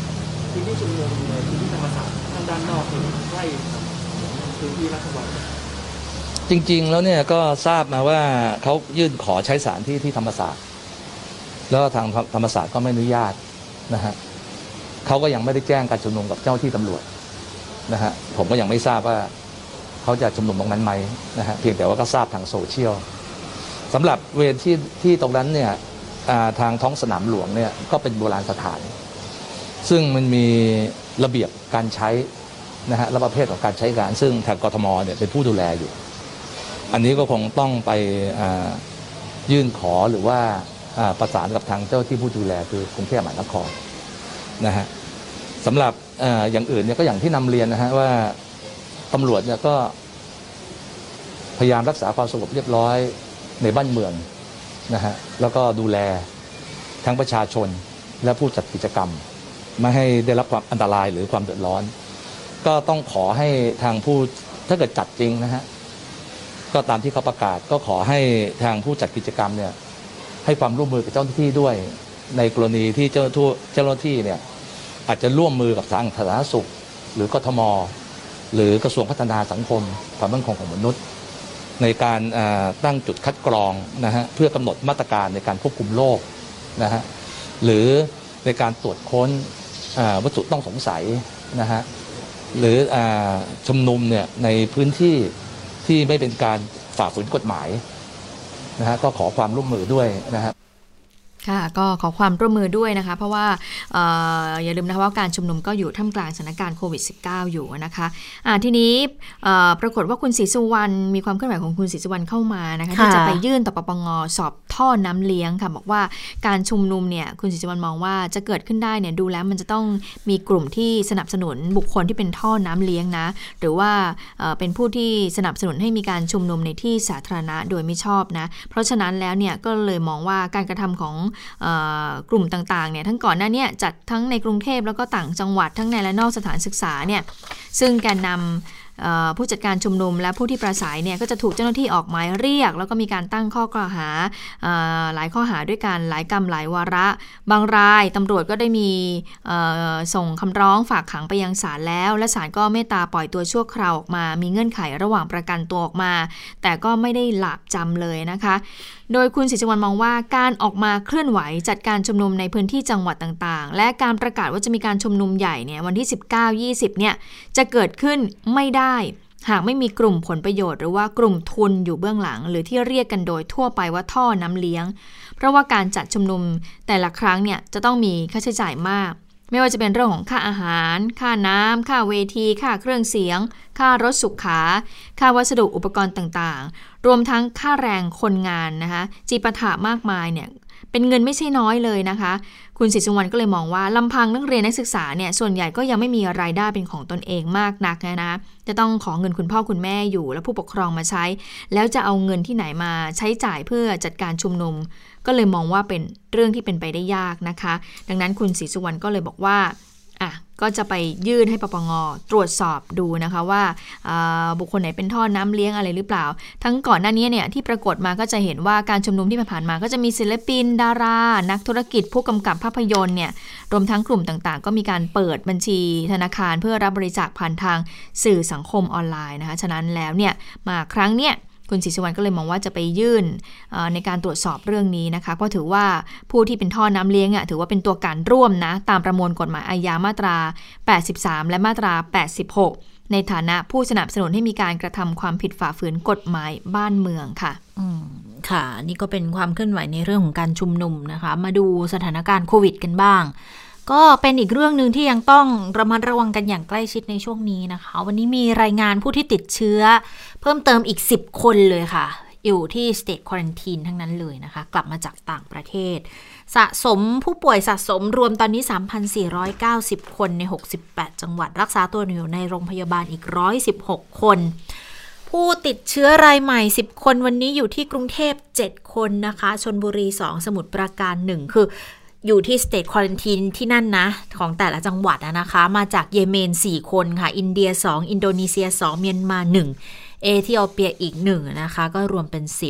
พื้นที่ชุมนุมในพื้นที่ธรรมศาสตร์ทางด้านนอกนี่ใกล้พื้นที่รัฐบาลจริงๆแล้วเนี่ยก็ทราบมาว่าเขายื่นขอใช้สถานที่ที่ธรรมศาสตร์แล้วทางธรรมศาสตร์ก็ไม่อนุญาตนะฮะเขาก็ยังไม่ได้แจ้งการชุมนุมกับเจ้าที่ตำรวจนะฮะผมก็ยังไม่ทราบว่าเขาจะชุมนุมตรงนั้นไหมนะฮะเพียงแต่ว่าก็ทราบทางโซเชียลสำหรับเวรที่ที่ตรงนั้นเนี่ยทางท้องสนามหลวงเนี่ยก็เป็นโบราณสถานซึ่งมันมีระเบียบการใช้นะฮะและประเภทของการใช้งานซึ่งทางกทมเนี่ยเป็นผู้ดูแลอยู่อันนี้ก็คงต้องไปยื่นขอหรือว่าประสานกับทางเจ้าที่ผู้ดูแลคือกรุงเทพมหานครนะฮะสำหรับอย่างอื่นเนี่ยก็อย่างที่นำเรียนนะฮะว่าตำรวจเนี่ยก็พยายามรักษาความสงบเรียบร้อยในบ้านเมืองนะฮะแล้วก็ดูแลทั้งประชาชนและผู้จัดกิจกรรมไม่ให้ได้รับความอันตรายหรือความเดือดร้อนก็ต้องขอให้ทางผู้ถ้าเกิดจัดจริงนะฮะก็ตามที่เขาประกาศก็ขอให้ทางผู้จัดกิจกรรมเนี่ยให้ความร่วมมือกับเจ้าหน้าที่ด้วยในกรณีที่เจ้าเจ้าหน้าที่เนี่ยอาจจะร่วมมือกับทางสาธารณสุขหรือกทมหรือกระทรวงพัฒนาสังคมความมั่นคงของมนุษย์ในการตั้งจุดคัดกรองนะฮะเพื่อกำหนดมาตรการในการควบคุมโรคนะฮะหรือในการตรวจค้นวัตถุต้องสงสัยนะฮะหรือชุมนุมเนี่ยในพื้นที่ที่ไม่เป็นการฝ่าฝืนกฎหมายนะฮะก็ขอความร่วมมือด้วยนะครับค่ะก็ขอความร่วมมือด้วยนะคะเพราะว่า เอ่อ อย่าลืมนะคะว่าการชุมนุมก็อยู่ท่ามกลางสถานการณ์โควิด สิบเก้า อยู่นะคะอ่าทีนี้ปรากฏว่าคุณศรีสุวรรณมีความเคลื่อนไหวของคุณศรีสุวรรณเข้ามานะคะที่จะไปยื่นต่อปปงสอบท่อน้ำเลี้ยงค่ะบอกว่าการชุมนุมเนี่ยคุณศรีสุวรรณมองว่าจะเกิดขึ้นได้เนี่ยดูแล้วมันจะต้องมีกลุ่มที่สนับสนุนบุคคลที่เป็นท่อน้ำเลี้ยงนะหรือว่าเป็นผู้ที่สนับสนุนให้มีการชุมนุมในที่สาธารณะโดยไม่ชอบนะเพราะฉะนั้นแล้วเนี่ยก็เลยมองว่าการกระทำของกลุ่มต่างๆเนี่ยทั้งก่อนหน้านี้จัดทั้งในกรุงเทพแล้วก็ต่างจังหวัดทั้งในและนอกสถานศึกษาเนี่ยซึ่งแกนนำผู้จัดการชุมนุมและผู้ที่ปราศัยเนี่ยก็จะถูกเจ้าหน้าที่ออกหมายเรียกแล้วก็มีการตั้งข้อกล่าวหาหลายข้อหาด้วยกันหลายกรรมหลายวาระบางรายตำรวจก็ได้มีส่งคำร้องฝากขังไปยังศาลแล้วและศาลก็เมตตาปล่อยตัวชั่วคราวออกมามีเงื่อนไขระหว่างประกันตัวออกมาแต่ก็ไม่ได้หลาบจำเลยนะคะโดยคุณศรีสุวรรณมองว่าการออกมาเคลื่อนไหวจัดการชุมนุมในพื้นที่จังหวัดต่างๆและการประกาศว่าจะมีการชุมนุมใหญ่เนี่ยวันที่สิบเก้า ยี่สิบเนี่ยจะเกิดขึ้นไม่ได้หากไม่มีกลุ่มผลประโยชน์หรือว่ากลุ่มทุนอยู่เบื้องหลังหรือที่เรียกกันโดยทั่วไปว่าท่อน้ำเลี้ยงเพราะว่าการจัดชุมนุมแต่ละครั้งเนี่ยจะต้องมีค่าใช้จ่ายมากไม่ว่าจะเป็นเรื่องของค่าอาหารค่าน้ำค่าเวทีค่าเครื่องเสียงค่ารถสุขาค่าวัสดุอุปกรณ์ต่างๆรวมทั้งค่าแรงคนงานนะคะจีปาถะมากมายเนี่ยเป็นเงินไม่ใช่น้อยเลยนะคะคุณศรีสุวรรณก็เลยมองว่าลำพังนักเรียนนักศึกษาเนี่ยส่วนใหญ่ก็ยังไม่มีรายได้เป็นของตนเองมากนักนะนะจะต้องขอเงินคุณพ่อคุณแม่อยู่และผู้ปกครองมาใช้แล้วจะเอาเงินที่ไหนมาใช้จ่ายเพื่อจัดการชุมนุมก็เลยมองว่าเป็นเรื่องที่เป็นไปได้ยากนะคะดังนั้นคุณศรีสุวรรณก็เลยบอกว่าอ่ะก็จะไปยื่นให้ปปงตรวจสอบดูนะคะว่าบุคคลไหนเป็นท่อน้ำเลี้ยงอะไรหรือเปล่าทั้งก่อนหน้านี้เนี่ยที่ปรากฏมาก็จะเห็นว่าการชุมนุมที่ผ่านมาก็จะมีศิลปินดารานักธุรกิจผู้กำกับภาพยนตร์เนี่ยรวมทั้งกลุ่มต่างๆก็มีการเปิดบัญชีธนาคารเพื่อรับบริจาคผ่านทางสื่อสังคมออนไลน์นะคะฉะนั้นแล้วเนี่ยมาครั้งเนี้ยคุณศรีสุวรรณก็เลยมองว่าจะไปยื่นในการตรวจสอบเรื่องนี้นะคะเพราะถือว่าผู้ที่เป็นท่อน้ำเลี้ยงอ่ะถือว่าเป็นตัวการร่วมนะตามประมวลกฎหมายอาญามาตราแปดสิบสามและมาตราแปดสิบหกในฐานะผู้สนับสนุนให้มีการกระทำความผิดฝ่าฝืนกฎหมายบ้านเมืองค่ะอืมค่ะนี่ก็เป็นความเคลื่อนไหวในเรื่องของการชุมนุมนะคะมาดูสถานการณ์โควิดกันบ้างก็เป็นอีกเรื่องนึงที่ยังต้องระมัดระวังกันอย่างใกล้ชิดในช่วงนี้นะคะวันนี้มีรายงานผู้ที่ติดเชื้อเพิ่มเติมอีกสิบคนเลยค่ะอยู่ที่ State Quarantine ทั้งนั้นเลยนะคะกลับมาจากต่างประเทศสะสมผู้ป่วยสะสมรวมตอนนี้ สามพันสี่ร้อยเก้าสิบ คนในหกสิบแปดจังหวัดรักษาตัวอยู่ในโรงพยาบาลอีกหนึ่งร้อยสิบหกคนผู้ติดเชื้อรายใหม่สิบคนวันนี้อยู่ที่กรุงเทพเจ็ดคนนะคะชลบุรีสองสมุทรปราการหนึ่งคืออยู่ที่ State Quarantine ที่นั่นนะของแต่ละจังหวัดนะคะมาจากเยเมนสี่คนค่ะอินเดียสองอินโดนีเซียสองเมียนมาหนึ่งเอธิโอเปียอีกหนึ่งนะคะก็รวมเป็นสิบ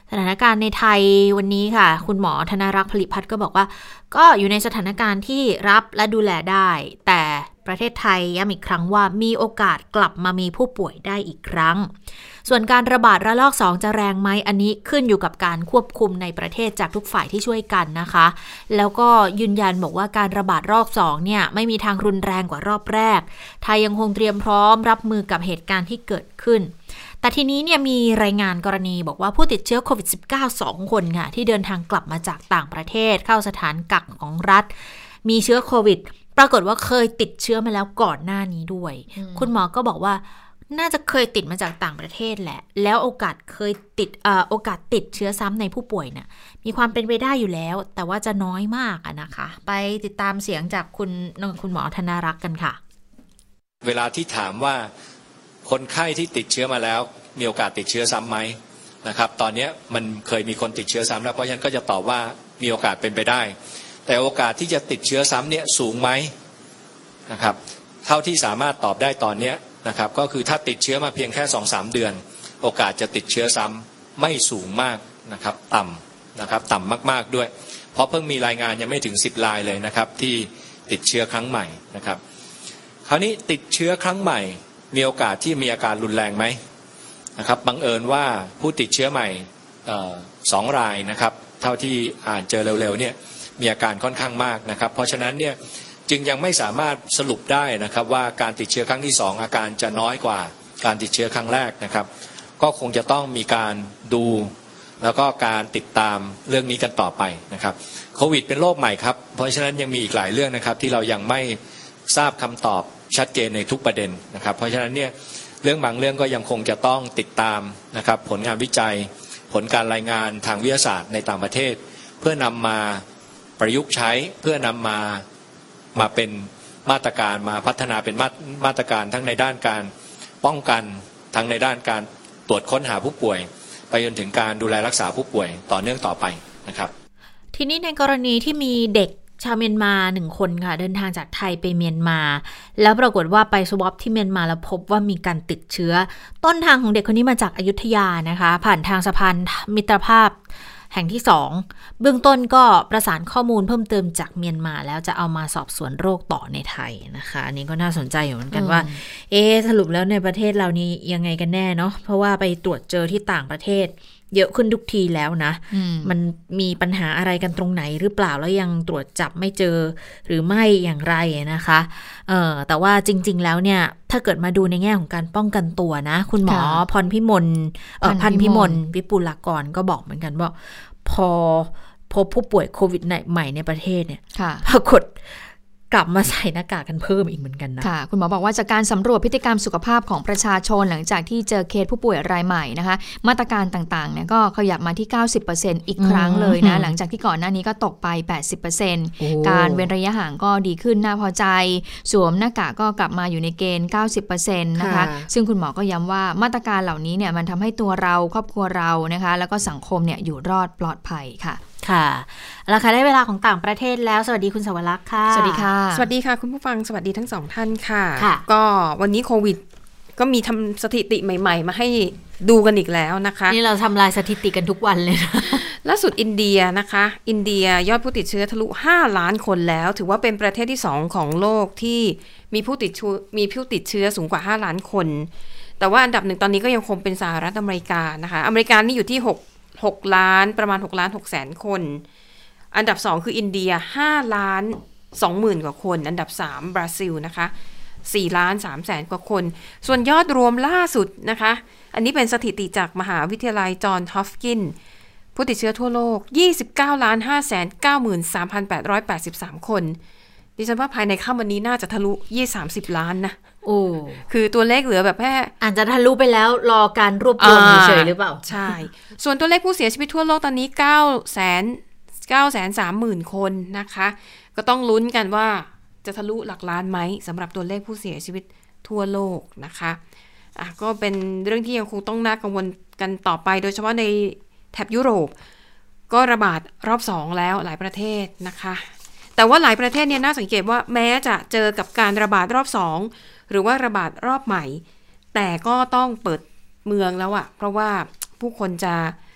สถานการณ์ในไทยวันนี้ค่ะคุณหมอธนรักษ์ผลิพัฒน์ก็บอกว่าก็อยู่ในสถานการณ์ที่รับและดูแลได้แต่ประเทศไทยย้ำอีกครั้งว่ามีโอกาสกลับมามีผู้ป่วยได้อีกครั้งส่วนการระบาดระลอกสองจะแรงไหมอันนี้ขึ้นอยู่กับการควบคุมในประเทศจากทุกฝ่ายที่ช่วยกันนะคะแล้วก็ยืนยันบอกว่าการระบาดรอบสองเนี่ยไม่มีทางรุนแรงกว่ารอบแรกไทยยังคงเตรียมพร้อมรับมือกับเหตุการณ์ที่เกิดขึ้นแต่ทีนี้เนี่ยมีรายงานกรณีบอกว่าผู้ติดเชื้อโควิด สิบเก้า สองคนค่ะที่เดินทางกลับมาจากต่างประเทศเข้าสถานกักของรัฐมีเชื้อโควิดปรากฏว่าเคยติดเชื้อมาแล้วก่อนหน้านี้ด้วยคุณหมอก็บอกว่าน่าจะเคยติดมาจากต่างประเทศแหละแล้วโอกาสเคยติดเอ่อโอกาสติดเชื้อซ้ำในผู้ป่วยเนี่ยมีความเป็นไปได้อยู่แล้วแต่ว่าจะน้อยมากอะนะคะไปติดตามเสียงจากคุณคุณหมอธนรักษ์กันค่ะเวลาที่ถามว่าคนไข้ที่ติดเชื้อมาแล้วมีโอกาสติดเชื้อซ้ำไหมนะครับตอนนี้มันเคยมีคนติดเชื้อซ้ำแล้วเพราะฉะนั้นก็จะตอบว่ามีโอกาสเป็นไปได้แต่โอกาสที่จะติดเชื้อซ้ำเนี่ยสูงไหมนะครับเท่าที่สามารถตอบได้ตอนนี้นะครับก็คือถ้าติดเชื้อมาเพียงแค่ สองถึงสาม เดือนโอกาสจะติดเชื้อซ้ำไม่สูงมากนะครับต่ำนะครับต่ำมากๆด้วยเพราะเพิ่งมีรายงานยังไม่ถึงสิบรายเลยนะครับที่ติดเชื้อครั้งใหม่นะครับคราวนี้ติดเชื้อครั้งใหม่มีโอกาสที่มีอาการรุนแรงไหมนะครับบังเอิญว่าผู้ติดเชื้อใหม่สองรายนะครับเท่าที่อ่านเจอเร็วๆเนี่ยมีอาการค่อนข้างมากนะครับเพราะฉะนั้นเนี่ยจึงยังไม่สามารถสรุปได้นะครับว่าการติดเชื้อครั้งที่สองอาการจะน้อยกว่าการติดเชื้อครั้งแรกนะครับก็คงจะต้องมีการดูแล้วก็การติดตามเรื่องนี้กันต่อไปนะครับโควิดเป็นโรคใหม่ครับเพราะฉะนั้นยังมีอีกหลายเรื่องนะครับที่เรายังไม่ทราบคำตอบชัดเจนในทุกประเด็นนะครับเพราะฉะนั้นเนี่ยเรื่องบางเรื่องก็ยังคงจะต้องติดตามนะครับผลงานวิจัยผลการรายงานทางวิทยาศาสตร์ในต่างประเทศเพื่อนำมาประยุกต์ใช้เพื่อนำมามาเป็นมาตรการมาพัฒนาเป็นมามาตรการทั้งในด้านการป้องกันทั้งในด้านการตรวจค้นหาผู้ป่วยไปจนถึงการดูแลรักษาผู้ป่วยต่อเนื่องต่อไปนะครับทีนี้ในกรณีที่มีเด็กชาวเมียนมาหนึ่งคนค่ะเดินทางจากไทยไปเมียนมาแล้วปรากฏว่าไปสวอปที่เมียนมาแล้วพบว่ามีการติดเชื้อต้นทางของเด็กคนนี้มาจากอยุธยานะคะผ่านทางสะพานมิตรภาพแห่งที่สองเบื้องต้นก็ประสานข้อมูลเพิ่มเติมจากเมียนมาแล้วจะเอามาสอบสวนโรคต่อในไทยนะคะอันนี้ก็น่าสนใจอยู่เหมือนกันว่าเอ๊ะสรุปแล้วในประเทศเรานี่ยังไงกันแน่เนาะเพราะว่าไปตรวจเจอที่ต่างประเทศเยอะขึ้นทุกทีแล้วนะมมันมีปัญหาอะไรกันตรงไหนหรือเปล่าแล้วยังตรวจจับไม่เจอหรือไม่อย่างไรนะคะเออแต่ว่าจริงๆแล้วเนี่ยถ้าเกิดมาดูในแง่ของการป้องกันตัวนะคุณหมอพรพิมลเอ่อพันพิมลวิปุลากรก็บอกเหมือนกันว่าพอพบผู้ป่วยโควิดใหม่ในประเทศเนี่ยปรากฏกลับมาใส่หน้ากากกันเพิ่มอีกเหมือนกันนะค่ะคุณหมอบอกว่าจากการสำรวจพฤติกรรมสุขภาพของประชาชนหลังจากที่เจอเคสผู้ป่วยรายใหม่นะคะมาตรการต่างๆเนี่ยก็ขยับมาที่ เก้าสิบเปอร์เซ็นต์ อีกครั้งเลยนะหลังจากที่ก่อนหน้านี้ก็ตกไป แปดสิบเปอร์เซ็นต์ การเว้นระยะห่างก็ดีขึ้นน่าพอใจสวมหน้ากากก็กลับมาอยู่ในเกณฑ์ เก้าสิบเปอร์เซ็นต์ นะคะซึ่งคุณหมอก็ย้ำว่ามาตรการเหล่านี้เนี่ยมันทำให้ตัวเราครอบครัวเรานะคะแล้วก็สังคมเนี่ยอยู่รอดปลอดภัยค่ะค่ะแล้วค่ะได้เวลาของต่างประเทศแล้วสวัสดีคุณสวรักษ์ค่ะสวัสดีค่ะสวัสดีค่ะคุณผู้ฟังสวัสดีทั้งสองท่านค่ะก็วันนี้โควิดก็มีทำสถิติใหม่ๆมาให้ดูกันอีกแล้วนะคะนี่เราทำลายสถิติกันทุกวันเลยนะล่าสุดอินเดียนะคะอินเดียยอดผู้ติดเชื้อทะลุห้าล้านคนแล้วถือว่าเป็นประเทศที่สองของโลกที่มีผู้ติดเชื้อมีผู้ติดเชื้อสูงกว่าห้าล้านคนแต่ว่าอันดับหนึ่งตอนนี้ก็ยังคงเป็นสหรัฐอเมริกานะคะอเมริกานี่อยู่ที่หกหกล้านประมาณหกล้านหกแสนคนอันดับสองคืออินเดียห้าล้านสองหมื่นกว่าคนอันดับสามบราซิลนะคะสี่ล้านสามแสนกว่าคนส่วนยอดรวมล่าสุดนะคะอันนี้เป็นสถิติจากมหาวิทยาลัยจอห์นส์ฮอปกินส์ผู้ติดเชื้อทั่วโลกยี่สิบเก้าล้านห้าแสนเก้าหมื่นสามพันแปดร้อยแปดสิบสามคนดิฉันว่าภายในค่ำวันนี้น่าจะทะลุยี่สามสิบล้านนะโอ้คือตัวเลขเหลือแบบแค่อาจจะทะลุไปแล้วรอการรวบรวมเฉยๆหรือเปล่าใช่ส่วนตัวเลขผู้เสียชีวิตทั่วโลกตอนนี้เก้าแสนเก้าแสนสามหมื่นคนนะคะก็ต้องลุ้นกันว่าจะทะลุหลักล้านไหมสำหรับตัวเลขผู้เสียชีวิตทั่วโลกนะคะอ่ะก็เป็นเรื่องที่ยังคงต้องน่ากังวลกันต่อไปโดยเฉพาะในแถบยุโรปก็ระบาดรอบสองแล้วหลายประเทศนะคะแต่ว่าหลายประเทศเนี่ยน่าสังเกตว่าแม้จะเจอกับการระบาดรอบสองหรือว่าระบาดรอบใหม่แต่ก็ต้องเปิดเมืองแล้วอะเพราะว่าผู้คนจะ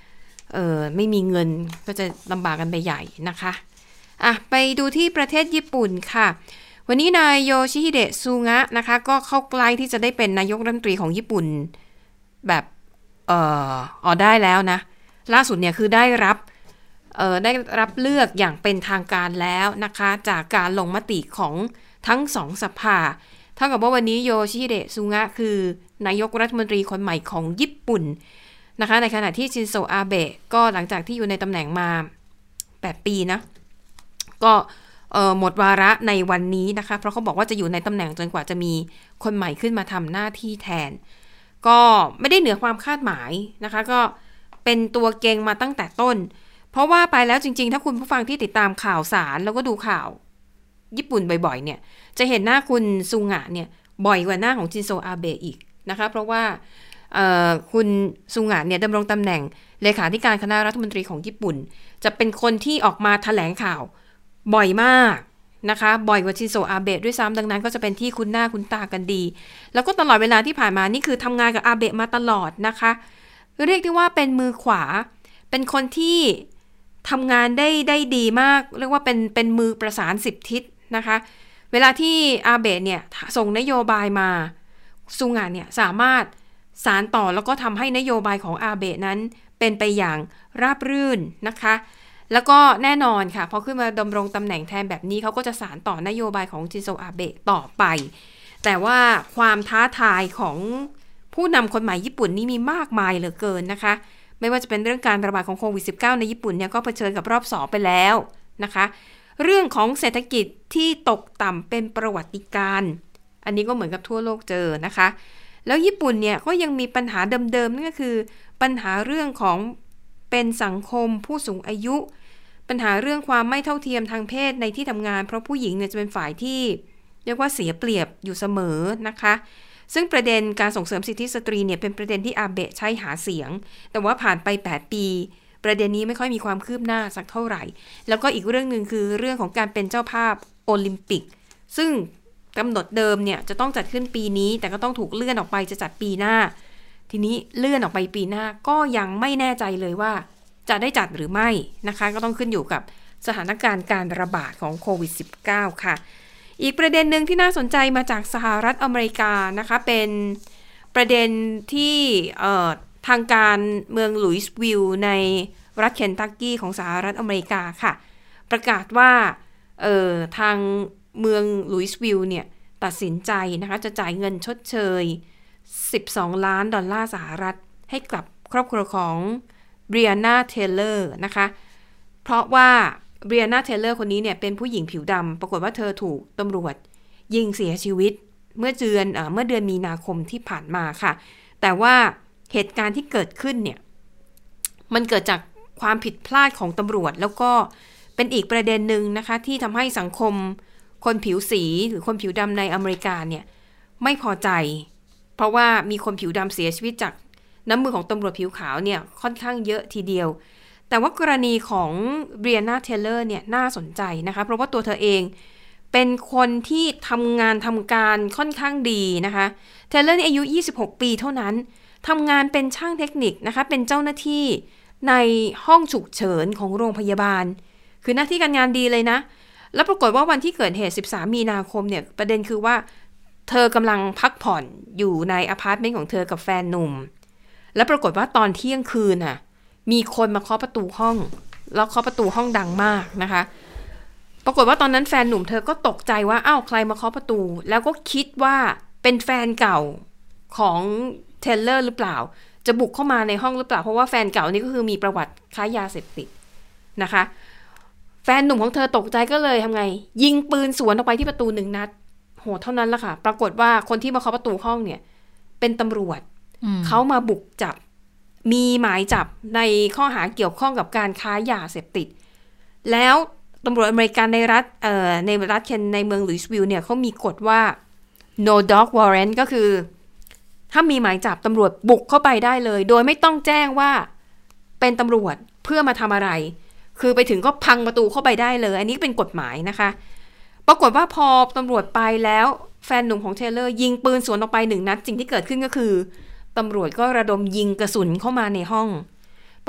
เออไม่มีเงินก็จะลำบากกันไปใหญ่นะคะอ่ะไปดูที่ประเทศญี่ปุ่นค่ะวันนี้นายโยชิฮิเดะซูงะนะคะก็เข้าใกล้ที่จะได้เป็นนายกรัฐมนตรีของญี่ปุ่นแบบเอออ๋อได้แล้วนะล่าสุดเนี่ยคือได้รับเออได้รับเลือกอย่างเป็นทางการแล้วนะคะจากการลงมติของทั้งสองสภาเท่ากับว่าวันนี้โยชิฮิเดะซูงะคือนายกรัฐมนตรีคนใหม่ของญี่ปุ่นนะคะในขณะที่ชินโซอาเบะก็หลังจากที่อยู่ในตำแหน่งมาแปดปีนะก็เอ่อหมดวาระในวันนี้นะคะเพราะเขาบอกว่าจะอยู่ในตำแหน่งจนกว่าจะมีคนใหม่ขึ้นมาทำหน้าที่แทนก็ไม่ได้เหนือความคาดหมายนะคะก็เป็นตัวเก่งมาตั้งแต่ต้นเพราะว่าไปแล้วจริงๆถ้าคุณผู้ฟังที่ติดตามข่าวสารแล้วก็ดูข่าวญี่ปุ่นบ่อยๆเนี่ยจะเห็นหน้าคุณซูงะเนี่ยบ่อยกว่าหน้าของชินโซอาเบะอีกนะคะเพราะว่าคุณซูงะเนี่ยดำรงตำแหน่งเลขาธิการคณะรัฐมนตรีของญี่ปุ่นจะเป็นคนที่ออกมาแถลงข่าวบ่อยมากนะคะบ่อยกว่าชินโซอาเบะด้วยซ้ำดังนั้นก็จะเป็นที่คุ้นหน้าคุ้นตากันดีแล้วก็ตลอดเวลาที่ผ่านมานี่คือทำงานกับอาเบะมาตลอดนะคะเรียกได้ว่าเป็นมือขวาเป็นคนที่ทำงานได้ได้ดีมากเรียกว่าเป็นเป็นมือประสานสิบทิศนะคะเวลาที่อาเบะเนี่ยส่งนโยบายมาซูงะเนี่ยสามารถสานต่อแล้วก็ทำให้นโยบายของอาเบะนั้นเป็นไปอย่างราบรื่นนะคะแล้วก็แน่นอนค่ะพอขึ้นมาดำรงตำแหน่งแทนแบบนี้เขาก็จะสานต่อนโยบายของชินโซอาเบะต่อไปแต่ว่าความท้าทายของผู้นำคนใหม่ญี่ปุ่นนี่มีมากมายเหลือเกินนะคะไม่ว่าจะเป็นเรื่องการระบาดของโควิด สิบเก้า ในญี่ปุ่นเนี่ยก็เผชิญกับรอบสองไปแล้วนะคะเรื่องของเศรษฐกิจที่ตกต่ำเป็นประวัติการณ์อันนี้ก็เหมือนกับทั่วโลกเจอนะคะแล้วญี่ปุ่นเนี่ยก็ยังมีปัญหาเดิมๆนั่นก็คือปัญหาเรื่องของเป็นสังคมผู้สูงอายุปัญหาเรื่องความไม่เท่าเทียมทางเพศในที่ทำงานเพราะผู้หญิงเนี่ยจะเป็นฝ่ายที่เรียกว่าเสียเปรียบอยู่เสมอนะคะซึ่งประเด็นการส่งเสริมสิทธิสตรีเนี่ยเป็นประเด็นที่อาเบะใช้หาเสียงแต่ว่าผ่านไปแปดปีประเด็นนี้ไม่ค่อยมีความคืบหน้าสักเท่าไหร่แล้วก็อีกเรื่องนึงคือเรื่องของการเป็นเจ้าภาพโอลิมปิกซึ่งกำหนดเดิมเนี่ยจะต้องจัดขึ้นปีนี้แต่ก็ต้องถูกเลื่อนออกไปจะจัดปีหน้าทีนี้เลื่อนออกไปปีหน้าก็ยังไม่แน่ใจเลยว่าจะได้จัดหรือไม่นะคะก็ต้องขึ้นอยู่กับสถานการณ์การระบาดของโควิด สิบเก้า ค่ะอีกประเด็นหนึ่งที่น่าสนใจมาจากสหรัฐอเมริกานะคะเป็นประเด็นที่ทางการเมืองลุยส์วิลล์ในรัฐเคนตักกี้ของสหรัฐอเมริกาค่ะประกาศว่าทางเมืองลุยส์วิลล์เนี่ยตัดสินใจนะคะจะจ่ายเงินชดเชยสิบสองล้านดอลลาร์สหรัฐให้กับครอบครัวของเบรียนาเทเลอร์นะคะเพราะว่าเบรียนาเทเลอร์คนนี้เนี่ยเป็นผู้หญิงผิวดำปรากฏว่าเธอถูกตำรวจยิงเสียชีวิตเมื่อเดือนเอ่อเมื่อเดือนมีนาคมที่ผ่านมาค่ะแต่ว่าเหตุการณ์ที่เกิดขึ้นเนี่ยมันเกิดจากความผิดพลาดของตำรวจแล้วก็เป็นอีกประเด็นหนึ่งนะคะที่ทำให้สังคมคนผิวสีหรือคนผิวดำในอเมริกาเนี่ยไม่พอใจเพราะว่ามีคนผิวดำเสียชีวิตจากน้ำมือของตำรวจผิวขาวเนี่ยค่อนข้างเยอะทีเดียวแต่ว่ากรณีของเบรียนาเทเลอร์เนี่ยน่าสนใจนะคะเพราะว่าตัวเธอเองเป็นคนที่ทำงานทำการค่อนข้างดีนะคะเทเลอร์นี่อายุยี่สิบหกปีเท่านั้นทำงานเป็นช่างเทคนิคนะคะเป็นเจ้าหน้าที่ในห้องฉุกเฉินของโรงพยาบาลคือหน้าที่การงานดีเลยนะแล้วปรากฏว่าวันที่เกิดเหตุสิบสามมีนาคมเนี่ยประเด็นคือว่าเธอกำลังพักผ่อนอยู่ในอพาร์ตเมนต์ของเธอกับแฟนหนุ่มแล้วปรากฏว่าตอนเที่ยงคืนน่ะมีคนมาเคาะประตูห้องแล้วเคาะประตูห้องดังมากนะคะปรากฏว่าตอนนั้นแฟนหนุ่มเธอก็ตกใจว่าอ้าวใครมาเคาะประตูแล้วก็คิดว่าเป็นแฟนเก่าของเทเลอร์หรือเปล่าจะบุกเข้ามาในห้องหรือเปล่าเพราะว่าแฟนเก่านี่ก็คือมีประวัติค้ายาเสพติดนะคะแฟนหนุ่มของเธอตกใจก็เลยทำไงยิงปืนสวนออกไปที่ประตูหนึ่งนัดโหเท่านั้นละค่ะปรากฏว่าคนที่มาเคาะประตูห้องเนี่ยเป็นตำรวจเขามาบุกจับมีหมายจับในข้อหาเกี่ยวข้องกับการค้ายาเสพติดแล้วตำรวจอเมริกันในรัฐเอ่อในรัฐเคนในเมืองลุยส์วิลล์เนี่ยเขามีกฎว่า no dog warrant ก็คือถ้ามีหมายจับตำรวจบุกเข้าไปได้เลยโดยไม่ต้องแจ้งว่าเป็นตำรวจเพื่อมาทำอะไรคือไปถึงก็พังประตูเข้าไปได้เลยอันนี้เป็นกฎหมายนะคะปรากฏว่าพอตำรวจไปแล้วแฟนหนุ่มของเทเลอร์ยิงปืนสวนออกไปหนึ่งนัดสิ่งที่เกิดขึ้นก็คือตำรวจก็ระดมยิงกระสุนเข้ามาในห้องป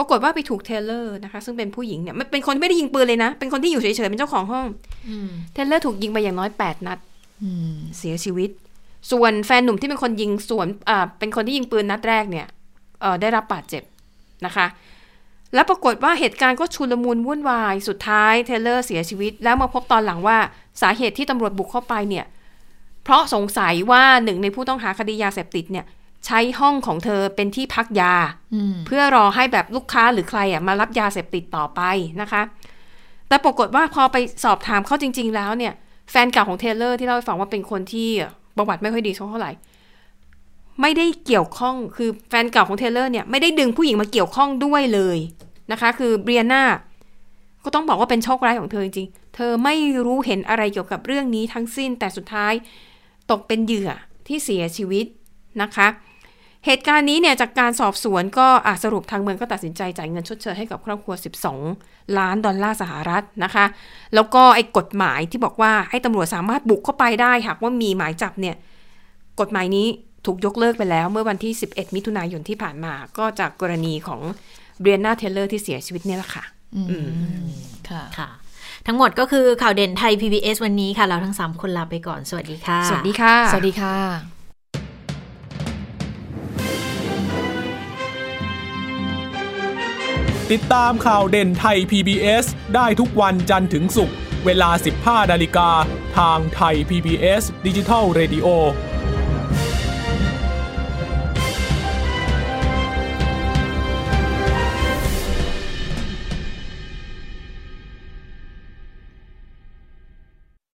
ปรากฏว่าไปถูกเทเลอร์นะคะซึ่งเป็นผู้หญิงเนี่ยเป็นคนที่ไม่ได้ยิงปืนเลยนะเป็นคนที่อยู่เฉยๆเป็นเจ้าของห้องเทเลอร์ถูกยิงไปอย่างน้อยแปดนัดเสียชีวิตส่วนแฟนหนุ่มที่เป็นคนยิงสวนอ่าเป็นคนที่ยิงปืนนัดแรกเนี่ยเอ่อได้รับบาดเจ็บนะคะแล้วปรากฏว่าเหตุการณ์ก็ชุลมุนวุ่นวายสุดท้ายเทเลอร์เสียชีวิตแล้วมาพบตอนหลังว่าสาเหตุที่ตำรวจบุกเข้าไปเนี่ยเพราะสงสัยว่าหนึ่งในผู้ต้องหาคดียาเสพติดเนี่ยใช้ห้องของเธอเป็นที่พักยาเพื่อรอให้แบบลูกค้าหรือใครอ่ะมารับยาเสพติดต่อไปนะคะแต่ปรากฏว่าพอไปสอบถามเขาจริงๆแล้วเนี่ยแฟนเก่าของเทเลอร์ที่เล่าให้ฟังว่าเป็นคนที่ประวัติไม่ค่อยดีเท่าไหร่ไม่ได้เกี่ยวข้องคือแฟนเก่าของเทเลอร์เนี่ยไม่ได้ดึงผู้หญิงมาเกี่ยวข้องด้วยเลยนะคะคือเบรียนาก็ต้องบอกว่าเป็นโชคร้ายของเธอจริงๆเธอไม่รู้เห็นอะไรเกี่ยวกับเรื่องนี้ทั้งสิ้นแต่สุดท้ายตกเป็นเหยื่อที่เสียชีวิตนะคะเหตุการณ์นี้เนี่ยจากการสอบสวนก็อ่ะสรุปทางเมืองก็ตัดสินใจจ่ายเงินชดเชยให้กับครอบครัวสิบสองล้านดอลลาร์สหรัฐนะคะแล้วก็ไอ้กฎหมายที่บอกว่าให้ตำรวจสามารถบุกเข้าไปได้หากว่ามีหมายจับเนี่ยกฎหมายนี้ถูกยกเลิกไปแล้วเมื่อวันที่สิบเอ็ดมิถุนายนที่ผ่านมาก็จากกรณีของเบรียนาเทเลอร์ที่เสียชีวิตเนี่ยแหละค่ะอืมค่ะค่ะทั้งหมดก็คือข่าวเด่นไทย พี บี เอส วันนี้ค่ะเราทั้งสามคนลาไปก่อนสวัสดีค่ะสวัสดีค่ะสวัสดีค่ะติดตามข่าวเด่นไทย พี บี เอส ได้ทุกวันจันทร์ถึงศุกร์เวลา สิบห้านาฬิกาทางไทย พี บี เอส Digital Radio